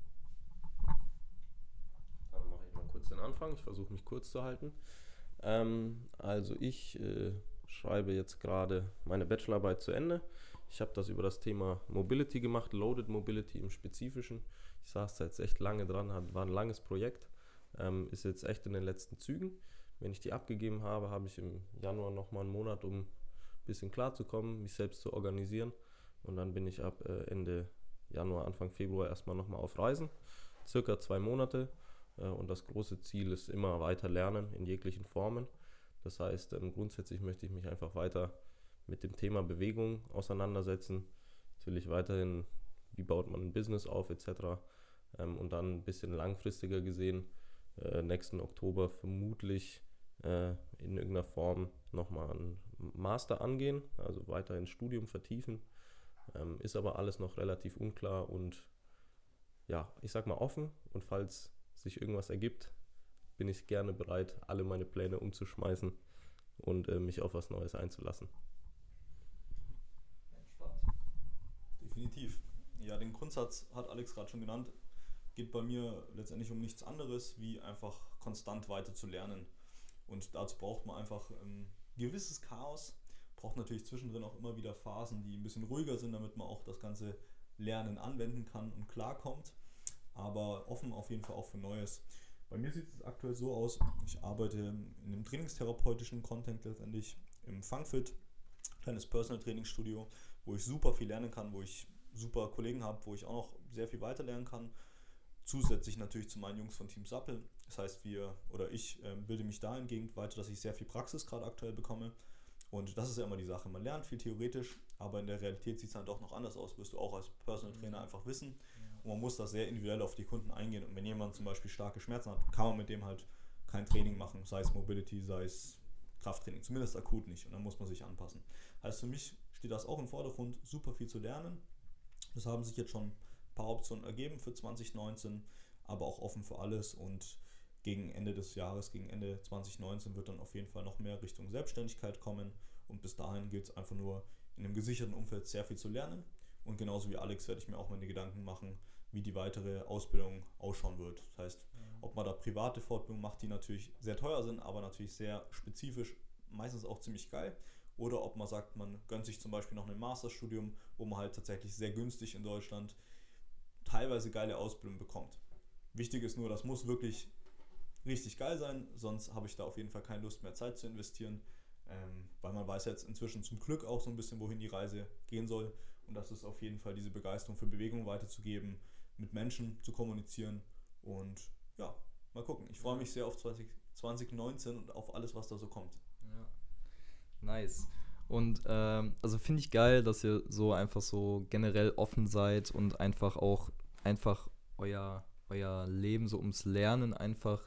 S3: Dann mache ich mal kurz den Anfang. Ich versuche mich kurz zu halten. Also ich schreibe jetzt gerade meine Bachelorarbeit zu Ende. Ich habe das über das Thema Mobility gemacht, Loaded Mobility im Spezifischen. Ich saß da jetzt echt lange dran, war ein langes Projekt, ist jetzt echt in den letzten Zügen. Wenn ich die abgegeben habe, habe ich im Januar nochmal einen Monat, um ein bisschen klarzukommen, mich selbst zu organisieren. Und dann bin ich ab Ende Januar, Anfang Februar erstmal nochmal auf Reisen, circa 2 Monate. Und das große Ziel ist immer weiter lernen in jeglichen Formen. Das heißt, grundsätzlich möchte ich mich einfach weiter mit dem Thema Bewegung auseinandersetzen. Natürlich weiterhin wie baut man ein Business auf etc. Und dann ein bisschen langfristiger gesehen, nächsten Oktober vermutlich in irgendeiner Form nochmal einen Master angehen, also weiter ins Studium vertiefen. Ist aber alles noch relativ unklar und ja, ich sag mal offen, und falls sich irgendwas ergibt, bin ich gerne bereit, alle meine Pläne umzuschmeißen und mich auf was Neues einzulassen.
S2: Entspannt. Definitiv. Ja, den Grundsatz hat Alex gerade schon genannt. Geht bei mir letztendlich um nichts anderes, wie einfach konstant weiter zu lernen. Und dazu braucht man einfach ein gewisses Chaos, braucht natürlich zwischendrin auch immer wieder Phasen, die ein bisschen ruhiger sind, damit man auch das ganze Lernen anwenden kann und klarkommt, aber offen auf jeden Fall auch für Neues. Bei mir sieht es aktuell so aus, ich arbeite in einem trainingstherapeutischen Content letztendlich im Funkfit, kleines Personal Trainingsstudio, wo ich super viel lernen kann, wo ich super Kollegen habe, wo ich auch noch sehr viel weiter lernen kann. Zusätzlich natürlich zu meinen Jungs von Team Sappel. Das heißt, ich bilde mich dahingehend weiter, dass ich sehr viel Praxis gerade aktuell bekomme. Und das ist ja immer die Sache. Man lernt viel theoretisch, aber in der Realität sieht es dann doch noch anders aus, wirst du auch als Personal Trainer einfach wissen. Und man muss da sehr individuell auf die Kunden eingehen. Und wenn jemand zum Beispiel starke Schmerzen hat, kann man mit dem halt kein Training machen, sei es Mobility, sei es Krafttraining, zumindest akut nicht. Und dann muss man sich anpassen. Heißt, für mich steht das auch im Vordergrund, super viel zu lernen. Das haben sich jetzt schon ein paar Optionen ergeben für 2019, aber auch offen für alles, und gegen Ende des Jahres, gegen Ende 2019 wird dann auf jeden Fall noch mehr Richtung Selbstständigkeit kommen, und bis dahin gilt es einfach nur in einem gesicherten Umfeld sehr viel zu lernen, und genauso wie Alex werde ich mir auch meine Gedanken machen, wie die weitere Ausbildung ausschauen wird. Das heißt, ob man da private Fortbildungen macht, die natürlich sehr teuer sind, aber natürlich sehr spezifisch, meistens auch ziemlich geil, oder ob man sagt, man gönnt sich zum Beispiel noch ein Masterstudium, wo man halt tatsächlich sehr günstig in Deutschland teilweise geile Ausbildung bekommt. Wichtig ist nur, das muss wirklich richtig geil sein, sonst habe ich da auf jeden Fall keine Lust mehr, Zeit zu investieren, weil man weiß jetzt inzwischen zum Glück auch so ein bisschen, wohin die Reise gehen soll, und das ist auf jeden Fall diese Begeisterung für Bewegung weiterzugeben, mit Menschen zu kommunizieren, und ja, mal gucken. Ich freue mich sehr auf 2019 und auf alles, was da so kommt.
S4: Ja. Nice. Und also finde ich geil, dass ihr so einfach so generell offen seid und einfach euer Leben so ums Lernen einfach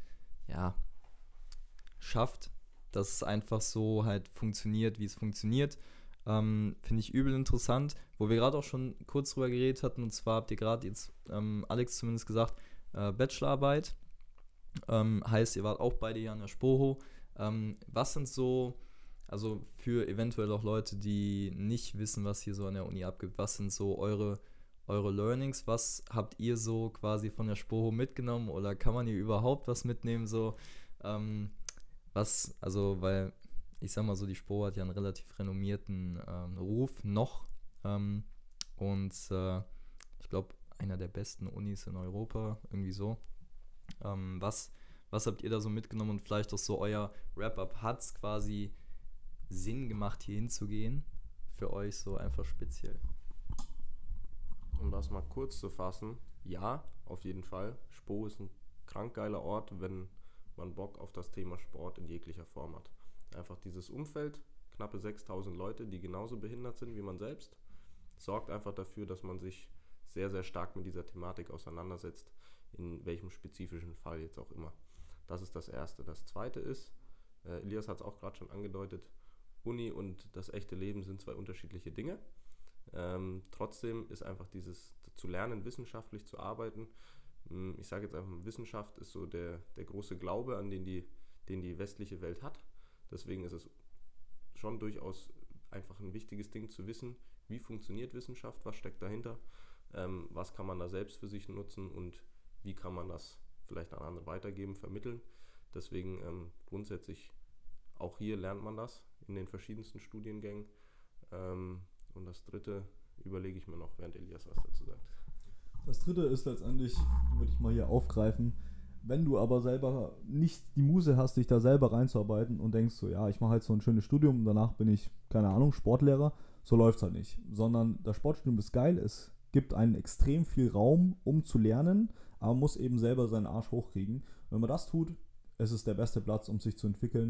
S4: schafft, dass es einfach so halt funktioniert, wie es funktioniert. Finde ich übel interessant, wo wir gerade auch schon kurz drüber geredet hatten, und zwar habt ihr gerade jetzt, Alex zumindest gesagt, Bachelorarbeit, heißt, ihr wart auch beide hier an der Spoho. Was sind so, also für eventuell auch Leute, die nicht wissen, was hier so an der Uni abgeht, was sind so eure Learnings, was habt ihr so quasi von der Spoho mitgenommen, oder kann man hier überhaupt was mitnehmen, so, weil ich sag mal so, die Spoho hat ja einen relativ renommierten Ruf noch, und ich glaube, einer der besten Unis in Europa, irgendwie so. Was habt ihr da so mitgenommen, und vielleicht auch so euer Wrap-Up, hat es quasi Sinn gemacht, hier hinzugehen, für euch so einfach speziell?
S3: Um das mal kurz zu fassen, ja, auf jeden Fall. Spoho ist ein krank geiler Ort, wenn man Bock auf das Thema Sport in jeglicher Form hat. Einfach dieses Umfeld, knappe 6.000 Leute, die genauso behindert sind wie man selbst, sorgt einfach dafür, dass man sich sehr, sehr stark mit dieser Thematik auseinandersetzt, in welchem spezifischen Fall jetzt auch immer. Das ist das Erste. Das Zweite ist, Elias hat es auch gerade schon angedeutet, Uni und das echte Leben sind zwei unterschiedliche Dinge. Trotzdem ist einfach dieses zu lernen, wissenschaftlich zu arbeiten. Ich sage jetzt einfach, Wissenschaft ist so der große Glaube, an den die westliche Welt hat. Deswegen ist es schon durchaus einfach ein wichtiges Ding zu wissen, wie funktioniert Wissenschaft, was steckt dahinter, was kann man da selbst für sich nutzen und wie kann man das vielleicht an andere weitergeben, vermitteln. Deswegen grundsätzlich auch hier lernt man das in den verschiedensten Studiengängen. Und das Dritte überlege ich mir noch, während Elias was dazu sagt.
S2: Das Dritte ist letztendlich, würde ich mal hier aufgreifen, wenn du aber selber nicht die Muße hast, dich da selber reinzuarbeiten und denkst so, ja, ich mache halt so ein schönes Studium und danach bin ich, keine Ahnung, Sportlehrer, so läuft es halt nicht. Sondern das Sportstudium ist geil, es gibt einen extrem viel Raum, um zu lernen, aber man muss eben selber seinen Arsch hochkriegen. Wenn man das tut, ist es der beste Platz, um sich zu entwickeln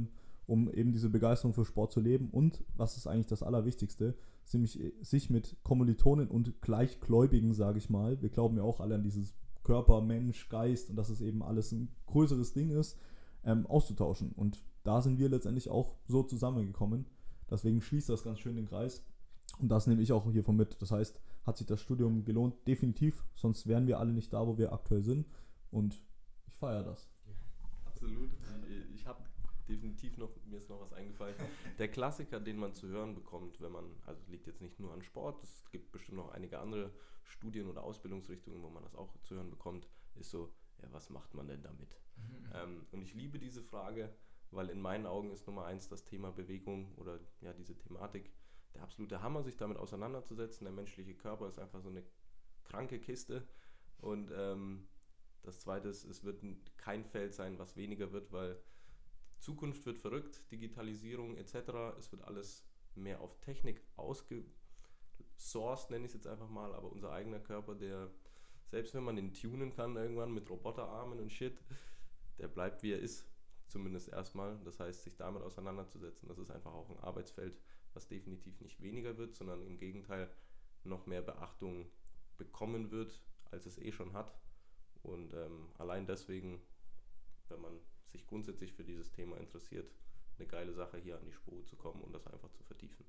S2: um eben diese Begeisterung für Sport zu leben und, was ist eigentlich das Allerwichtigste, sich mit Kommilitonen und Gleichgläubigen, sage ich mal, wir glauben ja auch alle an dieses Körper, Mensch, Geist und dass es eben alles ein größeres Ding ist, auszutauschen. Und da sind wir letztendlich auch so zusammengekommen. Deswegen schließt das ganz schön den Kreis. Und das nehme ich auch hiervon mit. Das heißt, hat sich das Studium gelohnt? Definitiv. Sonst wären wir alle nicht da, wo wir aktuell sind. Und ich feiere das.
S3: Absolut. Ich habe definitiv mir ist noch was eingefallen. Der Klassiker, den man zu hören bekommt, wenn man, also liegt jetzt nicht nur an Sport, es gibt bestimmt noch einige andere Studien- oder Ausbildungsrichtungen, wo man das auch zu hören bekommt, ist so, ja, was macht man denn damit? Und ich liebe diese Frage, weil in meinen Augen ist Nummer 1 das Thema Bewegung oder ja diese Thematik der absolute Hammer, sich damit auseinanderzusetzen. Der menschliche Körper ist einfach so eine kranke Kiste und das Zweite ist, es wird kein Feld sein, was weniger wird, weil Zukunft wird verrückt, Digitalisierung etc. Es wird alles mehr auf Technik ausgesourced, nenne ich es jetzt einfach mal, aber unser eigener Körper, der, selbst wenn man den tunen kann irgendwann mit Roboterarmen und Shit, der bleibt wie er ist, zumindest erstmal. Das heißt, sich damit auseinanderzusetzen, das ist einfach auch ein Arbeitsfeld, was definitiv nicht weniger wird, sondern im Gegenteil noch mehr Beachtung bekommen wird, als es eh schon hat. Und allein deswegen, wenn man sich grundsätzlich für dieses Thema interessiert, eine geile Sache, hier an die Spur zu kommen und das einfach zu vertiefen.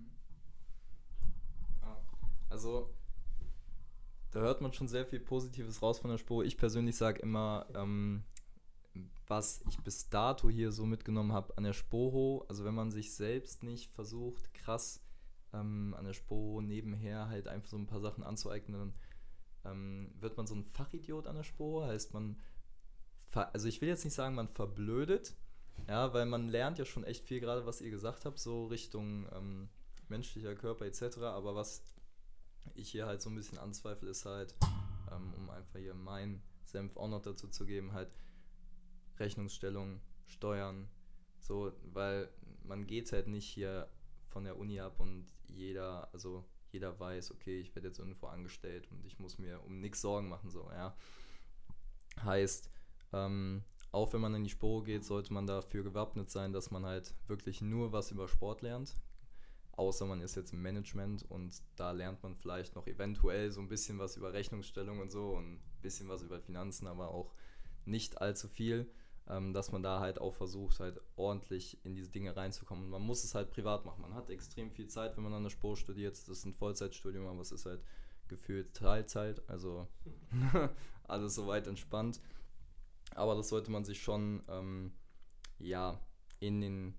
S4: Also, da hört man schon sehr viel Positives raus von der Spur. Ich persönlich sage immer, was ich bis dato hier so mitgenommen habe an der Spoho, also wenn man sich selbst nicht versucht, krass an der Spoho nebenher halt einfach so ein paar Sachen anzueignen, dann wird man so ein Fachidiot an der Spoho, heißt man, also ich will jetzt nicht sagen, man verblödet, ja, weil man lernt ja schon echt viel, gerade was ihr gesagt habt, so Richtung menschlicher Körper etc., aber was ich hier halt so ein bisschen anzweifle, ist halt, um einfach hier meinen Senf auch noch dazu zu geben, halt Rechnungsstellung, Steuern, so, weil man geht halt nicht hier von der Uni ab und jeder weiß, okay, ich werde jetzt irgendwo angestellt und ich muss mir um nichts Sorgen machen, so, ja. Heißt, auch wenn man in die Sporo geht, sollte man dafür gewappnet sein, dass man halt wirklich nur was über Sport lernt, außer man ist jetzt im Management und da lernt man vielleicht noch eventuell so ein bisschen was über Rechnungsstellung und so und ein bisschen was über Finanzen, aber auch nicht allzu viel, dass man da halt auch versucht, halt ordentlich in diese Dinge reinzukommen. Und man muss es halt privat machen. Man hat extrem viel Zeit, wenn man an der Sporo studiert. Das ist ein Vollzeitstudium, aber es ist halt gefühlt Teilzeit, also alles soweit entspannt. Aber das sollte man sich schon in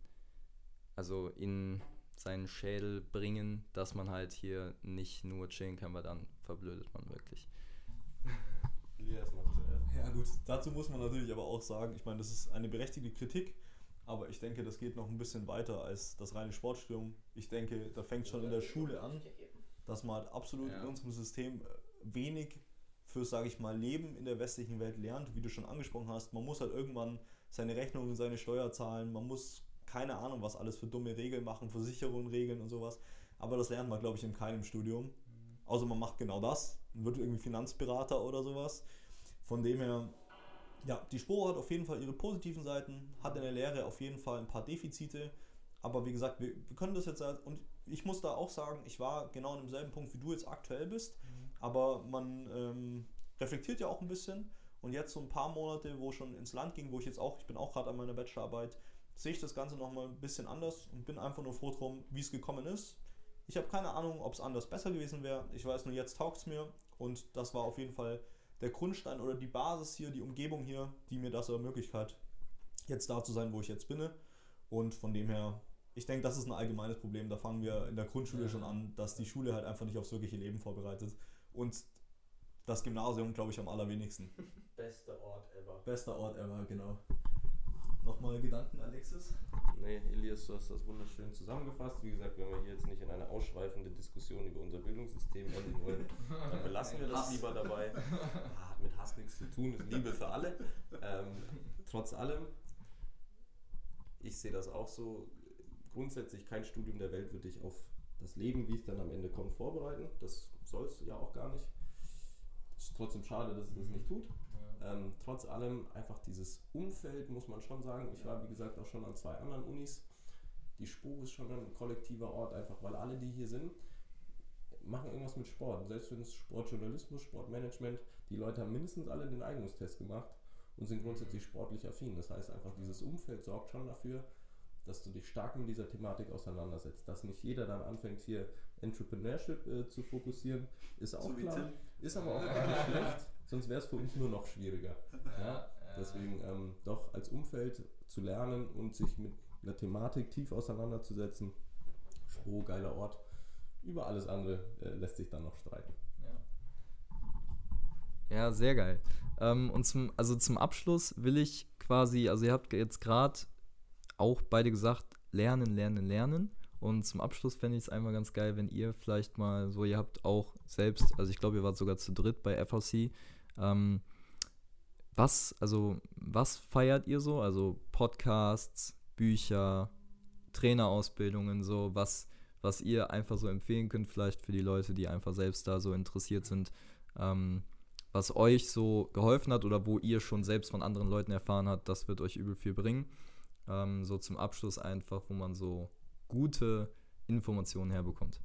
S4: seinen Schädel bringen, dass man halt hier nicht nur chillen kann, weil dann verblödet man wirklich.
S3: Elias macht zuerst.
S2: Ja gut, dazu muss man natürlich aber auch sagen, ich meine, das ist eine berechtigte Kritik, aber ich denke, das geht noch ein bisschen weiter als das reine Sportstudium. Ich denke, da fängt schon in der Schule an, dass man halt absolut in unserem System wenig für, sage ich mal, Leben in der westlichen Welt lernt, wie du schon angesprochen hast. Man muss halt irgendwann seine Rechnungen, seine Steuer zahlen, man muss keine Ahnung, was alles für dumme Regeln machen, Versicherungen regeln und sowas. Aber das lernt man, glaube ich, in keinem Studium. Außer man macht genau das und wird irgendwie Finanzberater oder sowas. Von dem her, ja, die Sporo hat auf jeden Fall ihre positiven Seiten, hat in der Lehre auf jeden Fall ein paar Defizite. Aber wie gesagt, wir können das jetzt, und ich muss da auch sagen, ich war genau an demselben Punkt, wie du jetzt aktuell bist. Aber man reflektiert ja auch ein bisschen. Und jetzt so ein paar Monate, wo schon ins Land ging, ich bin auch gerade an meiner Bachelorarbeit, sehe ich das Ganze nochmal ein bisschen anders und bin einfach nur froh drum, wie es gekommen ist. Ich habe keine Ahnung, ob es anders besser gewesen wäre. Ich weiß nur, jetzt taugt es mir und das war auf jeden Fall der Grundstein oder die Basis hier, die Umgebung hier, die mir das ermöglicht hat, jetzt da zu sein, wo ich jetzt bin. Und von dem her, ich denke, das ist ein allgemeines Problem. Da fangen wir in der Grundschule schon an, dass die Schule halt einfach nicht aufs wirkliche Leben vorbereitet. Und das Gymnasium, glaube ich, am allerwenigsten.
S3: Bester Ort ever.
S2: Bester Ort ever, genau. Nochmal Gedanken, Alexis?
S3: Nee, Elias, du hast das wunderschön zusammengefasst. Wie gesagt, wenn wir hier jetzt nicht in eine ausschweifende Diskussion über unser Bildungssystem enden wollen, dann belassen wir das lieber dabei. Hat mit Hass nichts zu tun, ist Liebe für alle. Trotz allem, ich sehe das auch so, grundsätzlich kein Studium der Welt wird dich auf das Leben, wie es dann am Ende kommt, vorbereiten. Das soll es ja auch gar nicht. Es ist trotzdem schade, dass es das nicht tut. Trotz allem einfach dieses Umfeld, muss man schon sagen. Ich war, wie gesagt, auch schon an 2 anderen Unis. Die SPO ist schon ein kollektiver Ort, einfach weil alle, die hier sind, machen irgendwas mit Sport. Selbst wenn es Sportjournalismus, Sportmanagement, die Leute haben mindestens alle den Eignungstest gemacht und sind grundsätzlich sportlich affin. Das heißt einfach, dieses Umfeld sorgt schon dafür, dass du dich stark mit dieser Thematik auseinandersetzt. Dass nicht jeder dann anfängt, hier Entrepreneurship zu fokussieren, ist auch so klar. Ist aber auch gar nicht schlecht, sonst wäre es für uns nur noch schwieriger. Ja? Deswegen doch als Umfeld zu lernen und sich mit einer Thematik tief auseinanderzusetzen. SPO, geiler Ort. Über alles andere lässt sich dann noch streiten.
S4: Ja, sehr geil. Und zum Abschluss will ich quasi, also ihr habt jetzt gerade auch beide gesagt, lernen. Und zum Abschluss fände ich es einmal ganz geil, wenn ihr vielleicht mal so, ihr habt auch selbst, also ich glaube, ihr wart sogar zu dritt bei FRC. Was feiert ihr so? Also Podcasts, Bücher, Trainerausbildungen, so, was ihr einfach so empfehlen könnt, vielleicht für die Leute, die einfach selbst da so interessiert sind, was euch so geholfen hat oder wo ihr schon selbst von anderen Leuten erfahren habt, das wird euch übel viel bringen. So zum Abschluss einfach, wo man so gute Informationen herbekommt.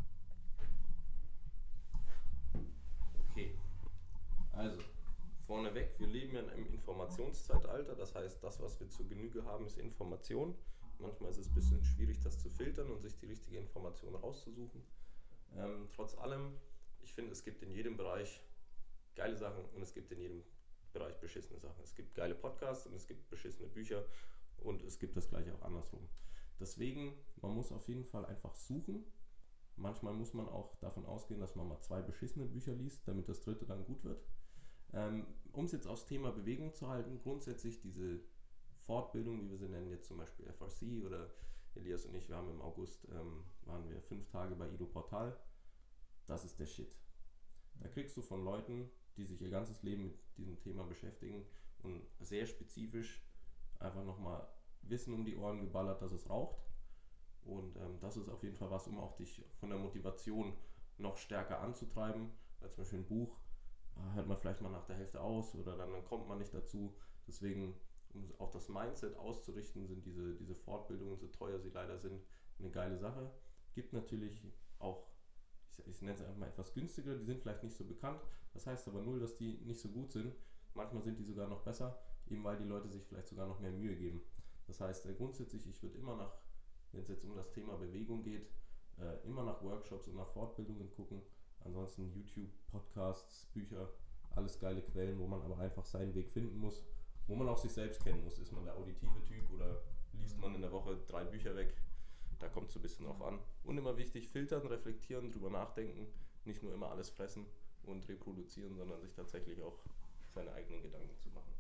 S3: Okay, also vorneweg, wir leben ja im Informationszeitalter, das heißt, das, was wir zur Genüge haben, ist Information. Manchmal ist es ein bisschen schwierig, das zu filtern und sich die richtige Information rauszusuchen. Trotz allem, ich finde, es gibt in jedem Bereich geile Sachen und es gibt in jedem Bereich beschissene Sachen. Es gibt geile Podcasts und es gibt beschissene Bücher und es gibt das gleiche auch andersrum. Deswegen, man muss auf jeden Fall einfach suchen. Manchmal muss man auch davon ausgehen, dass man mal 2 beschissene Bücher liest, damit das 3. dann gut wird. Um es jetzt aufs Thema Bewegung zu halten, grundsätzlich diese Fortbildung, wie wir sie nennen, jetzt zum Beispiel FRC oder Elias und ich, wir haben im August, waren wir 5 Tage bei Ido Portal. Das ist der Shit. Da kriegst du von Leuten, die sich ihr ganzes Leben mit diesem Thema beschäftigen und sehr spezifisch einfach nochmal Wissen um die Ohren geballert, dass es raucht. Und das ist auf jeden Fall was, um auch dich von der Motivation noch stärker anzutreiben. Weil zum Beispiel ein Buch hört man vielleicht mal nach der Hälfte aus oder dann kommt man nicht dazu. Deswegen, um auch das Mindset auszurichten, sind diese Fortbildungen, so teuer sie leider sind, eine geile Sache. Gibt natürlich auch, ich nenne es einfach mal etwas günstiger, die sind vielleicht nicht so bekannt. Das heißt aber null, dass die nicht so gut sind. Manchmal sind die sogar noch besser, eben weil die Leute sich vielleicht sogar noch mehr Mühe geben. Das heißt, grundsätzlich, ich würde immer nach, wenn es jetzt um das Thema Bewegung geht, immer nach Workshops und nach Fortbildungen gucken. Ansonsten YouTube, Podcasts, Bücher, alles geile Quellen, wo man aber einfach seinen Weg finden muss, wo man auch sich selbst kennen muss. Ist man der auditive Typ oder liest man in der Woche 3 Bücher weg? Da kommt es so ein bisschen drauf an. Und immer wichtig, filtern, reflektieren, drüber nachdenken, nicht nur immer alles fressen und reproduzieren, sondern sich tatsächlich auch seine eigenen Gedanken zu machen.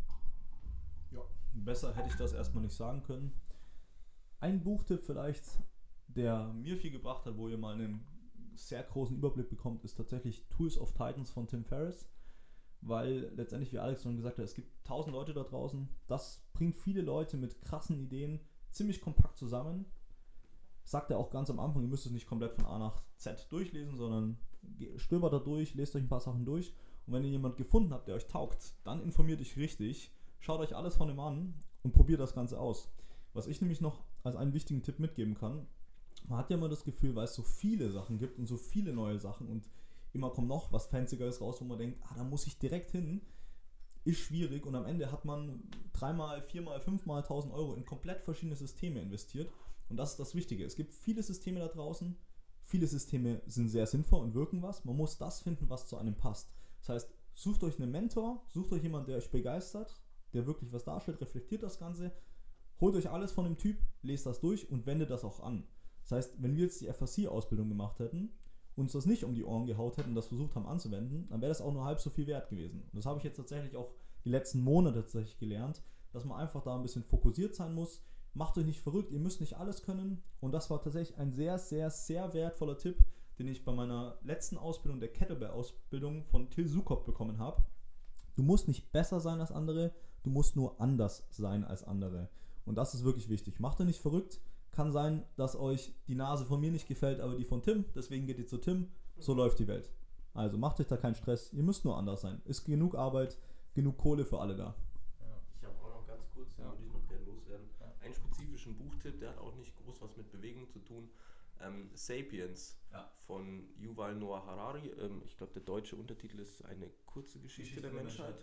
S2: Ja, besser hätte ich das erstmal nicht sagen können. Ein Buchtipp vielleicht, der mir viel gebracht hat, wo ihr mal einen sehr großen Überblick bekommt, ist tatsächlich Tools of Titans von Tim Ferriss. Weil letztendlich, wie Alex schon gesagt hat, es gibt 1000 Leute da draußen. Das bringt viele Leute mit krassen Ideen ziemlich kompakt zusammen. Sagt er auch ganz am Anfang, ihr müsst es nicht komplett von A nach Z durchlesen, sondern stöbert da durch, lest euch ein paar Sachen durch. Und wenn ihr jemanden gefunden habt, der euch taugt, dann informiert euch richtig, schaut euch alles von dem an und probiert das Ganze aus. Was ich nämlich noch als einen wichtigen Tipp mitgeben kann, man hat ja immer das Gefühl, weil es so viele Sachen gibt und so viele neue Sachen und immer kommt noch was Fancygeres raus, wo man denkt, da muss ich direkt hin, ist schwierig und am Ende hat man 3-mal, 4-mal, 5-mal 1000 Euro in komplett verschiedene Systeme investiert und das ist das Wichtige. Es gibt viele Systeme da draußen, viele Systeme sind sehr sinnvoll und wirken was, man muss das finden, was zu einem passt. Das heißt, sucht euch einen Mentor, sucht euch jemanden, der euch begeistert, der wirklich was darstellt, reflektiert das Ganze, holt euch alles von dem Typ, lest das durch und wendet das auch an. Das heißt, wenn wir jetzt die FRC-Ausbildung gemacht hätten, uns das nicht um die Ohren gehaut hätten, das versucht haben anzuwenden, dann wäre das auch nur halb so viel wert gewesen. Und das habe ich jetzt tatsächlich auch die letzten Monate tatsächlich gelernt, dass man einfach da ein bisschen fokussiert sein muss. Macht euch nicht verrückt, ihr müsst nicht alles können. Und das war tatsächlich ein sehr, sehr, sehr wertvoller Tipp, den ich bei meiner letzten Ausbildung, der Kettlebell-Ausbildung von Till Sukop bekommen habe. Du musst nicht besser sein als andere, du musst nur anders sein als andere. Und das ist wirklich wichtig. Macht euch nicht verrückt. Kann sein, dass euch die Nase von mir nicht gefällt, aber die von Tim. Deswegen geht ihr zu Tim. So läuft die Welt. Also macht euch da keinen Stress. Ihr müsst nur anders sein. Ist genug Arbeit. genug Kohle für alle da.
S3: Ich habe auch noch ganz kurz, den würde ich noch gerne loswerden, einen spezifischen Buchtipp, der hat auch nicht groß was mit Bewegung zu tun. Sapiens von Yuval Noah Harari. Ich glaube, der deutsche Untertitel ist eine kurze Geschichte der Menschheit.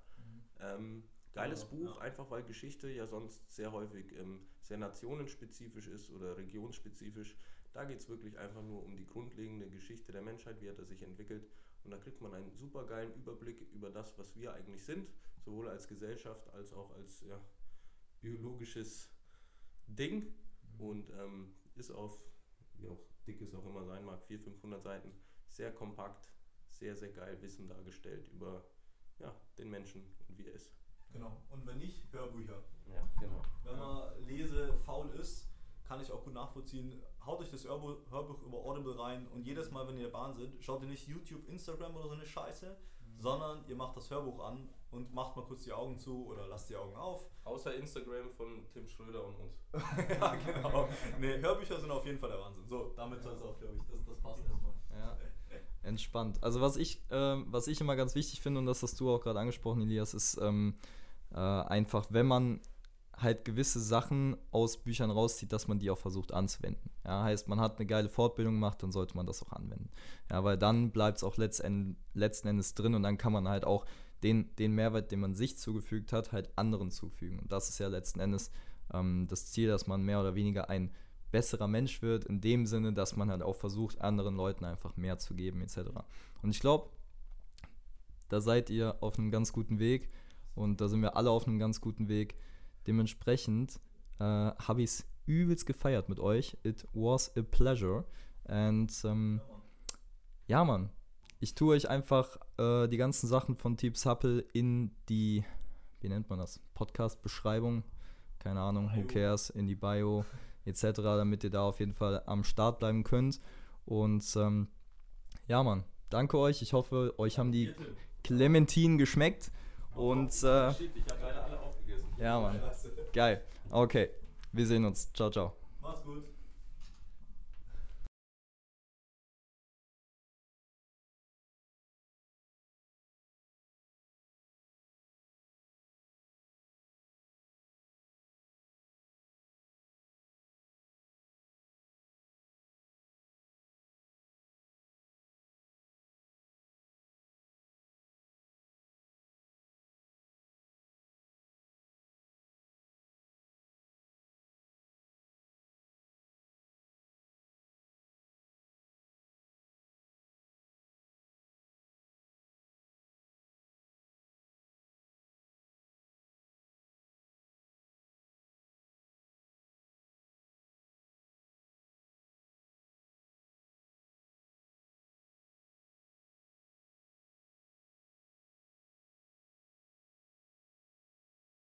S3: Geiles Buch, einfach weil Geschichte ja sonst sehr häufig sehr nationenspezifisch ist oder regionsspezifisch. Da geht es wirklich einfach nur um die grundlegende Geschichte der Menschheit, wie hat er sich entwickelt. Und da kriegt man einen super geilen Überblick über das, was wir eigentlich sind, sowohl als Gesellschaft als auch als biologisches Ding. Und ist auf, wie auch dick es auch immer sein mag, 400-500 Seiten, sehr kompakt, sehr, sehr geil Wissen dargestellt über den Menschen und wie er ist.
S2: Genau, und wenn nicht, Hörbücher.
S3: Ja, genau.
S2: Wenn man lesefaul ist, kann ich auch gut nachvollziehen. Haut euch das Hörbuch über Audible rein und jedes Mal, wenn ihr in der Bahn seid, schaut ihr nicht YouTube, Instagram oder so eine Scheiße, sondern ihr macht das Hörbuch an und macht mal kurz die Augen zu oder lasst die Augen auf.
S3: Außer Instagram von Tim Schröder und uns.
S2: Ja, genau. Nee, Hörbücher sind auf jeden Fall der Wahnsinn. So, damit soll es auch, glaube ich, das passt erstmal.
S4: Ja, entspannt. Also was ich immer ganz wichtig finde, und das hast du auch gerade angesprochen, Elias, ist einfach, wenn man halt gewisse Sachen aus Büchern rauszieht, dass man die auch versucht anzuwenden. Ja, heißt, man hat eine geile Fortbildung gemacht, dann sollte man das auch anwenden. Ja, weil dann bleibt es auch letzten Endes drin und dann kann man halt auch den Mehrwert, den man sich zugefügt hat, halt anderen zufügen. Und das ist ja letzten Endes das Ziel, dass man mehr oder weniger ein besserer Mensch wird, in dem Sinne, dass man halt auch versucht, anderen Leuten einfach mehr zu geben, etc. Und ich glaube, da seid ihr auf einem ganz guten Weg und da sind wir alle auf einem ganz guten Weg. Dementsprechend habe ich es übelst gefeiert mit euch. It was a pleasure. And ja, Mann, ich tue euch einfach die ganzen Sachen von Team Supple in die, wie nennt man das, Podcast-Beschreibung, keine Ahnung, who cares, in die Bio, etc., damit ihr da auf jeden Fall am Start bleiben könnt. Und ja, Mann, danke euch. Ich hoffe, euch haben die Clementinen geschmeckt. Und
S3: Ich habe leider alle aufgegessen.
S4: ja, Mann. Geil. Okay. Wir sehen uns. Ciao, ciao.
S2: Macht's gut.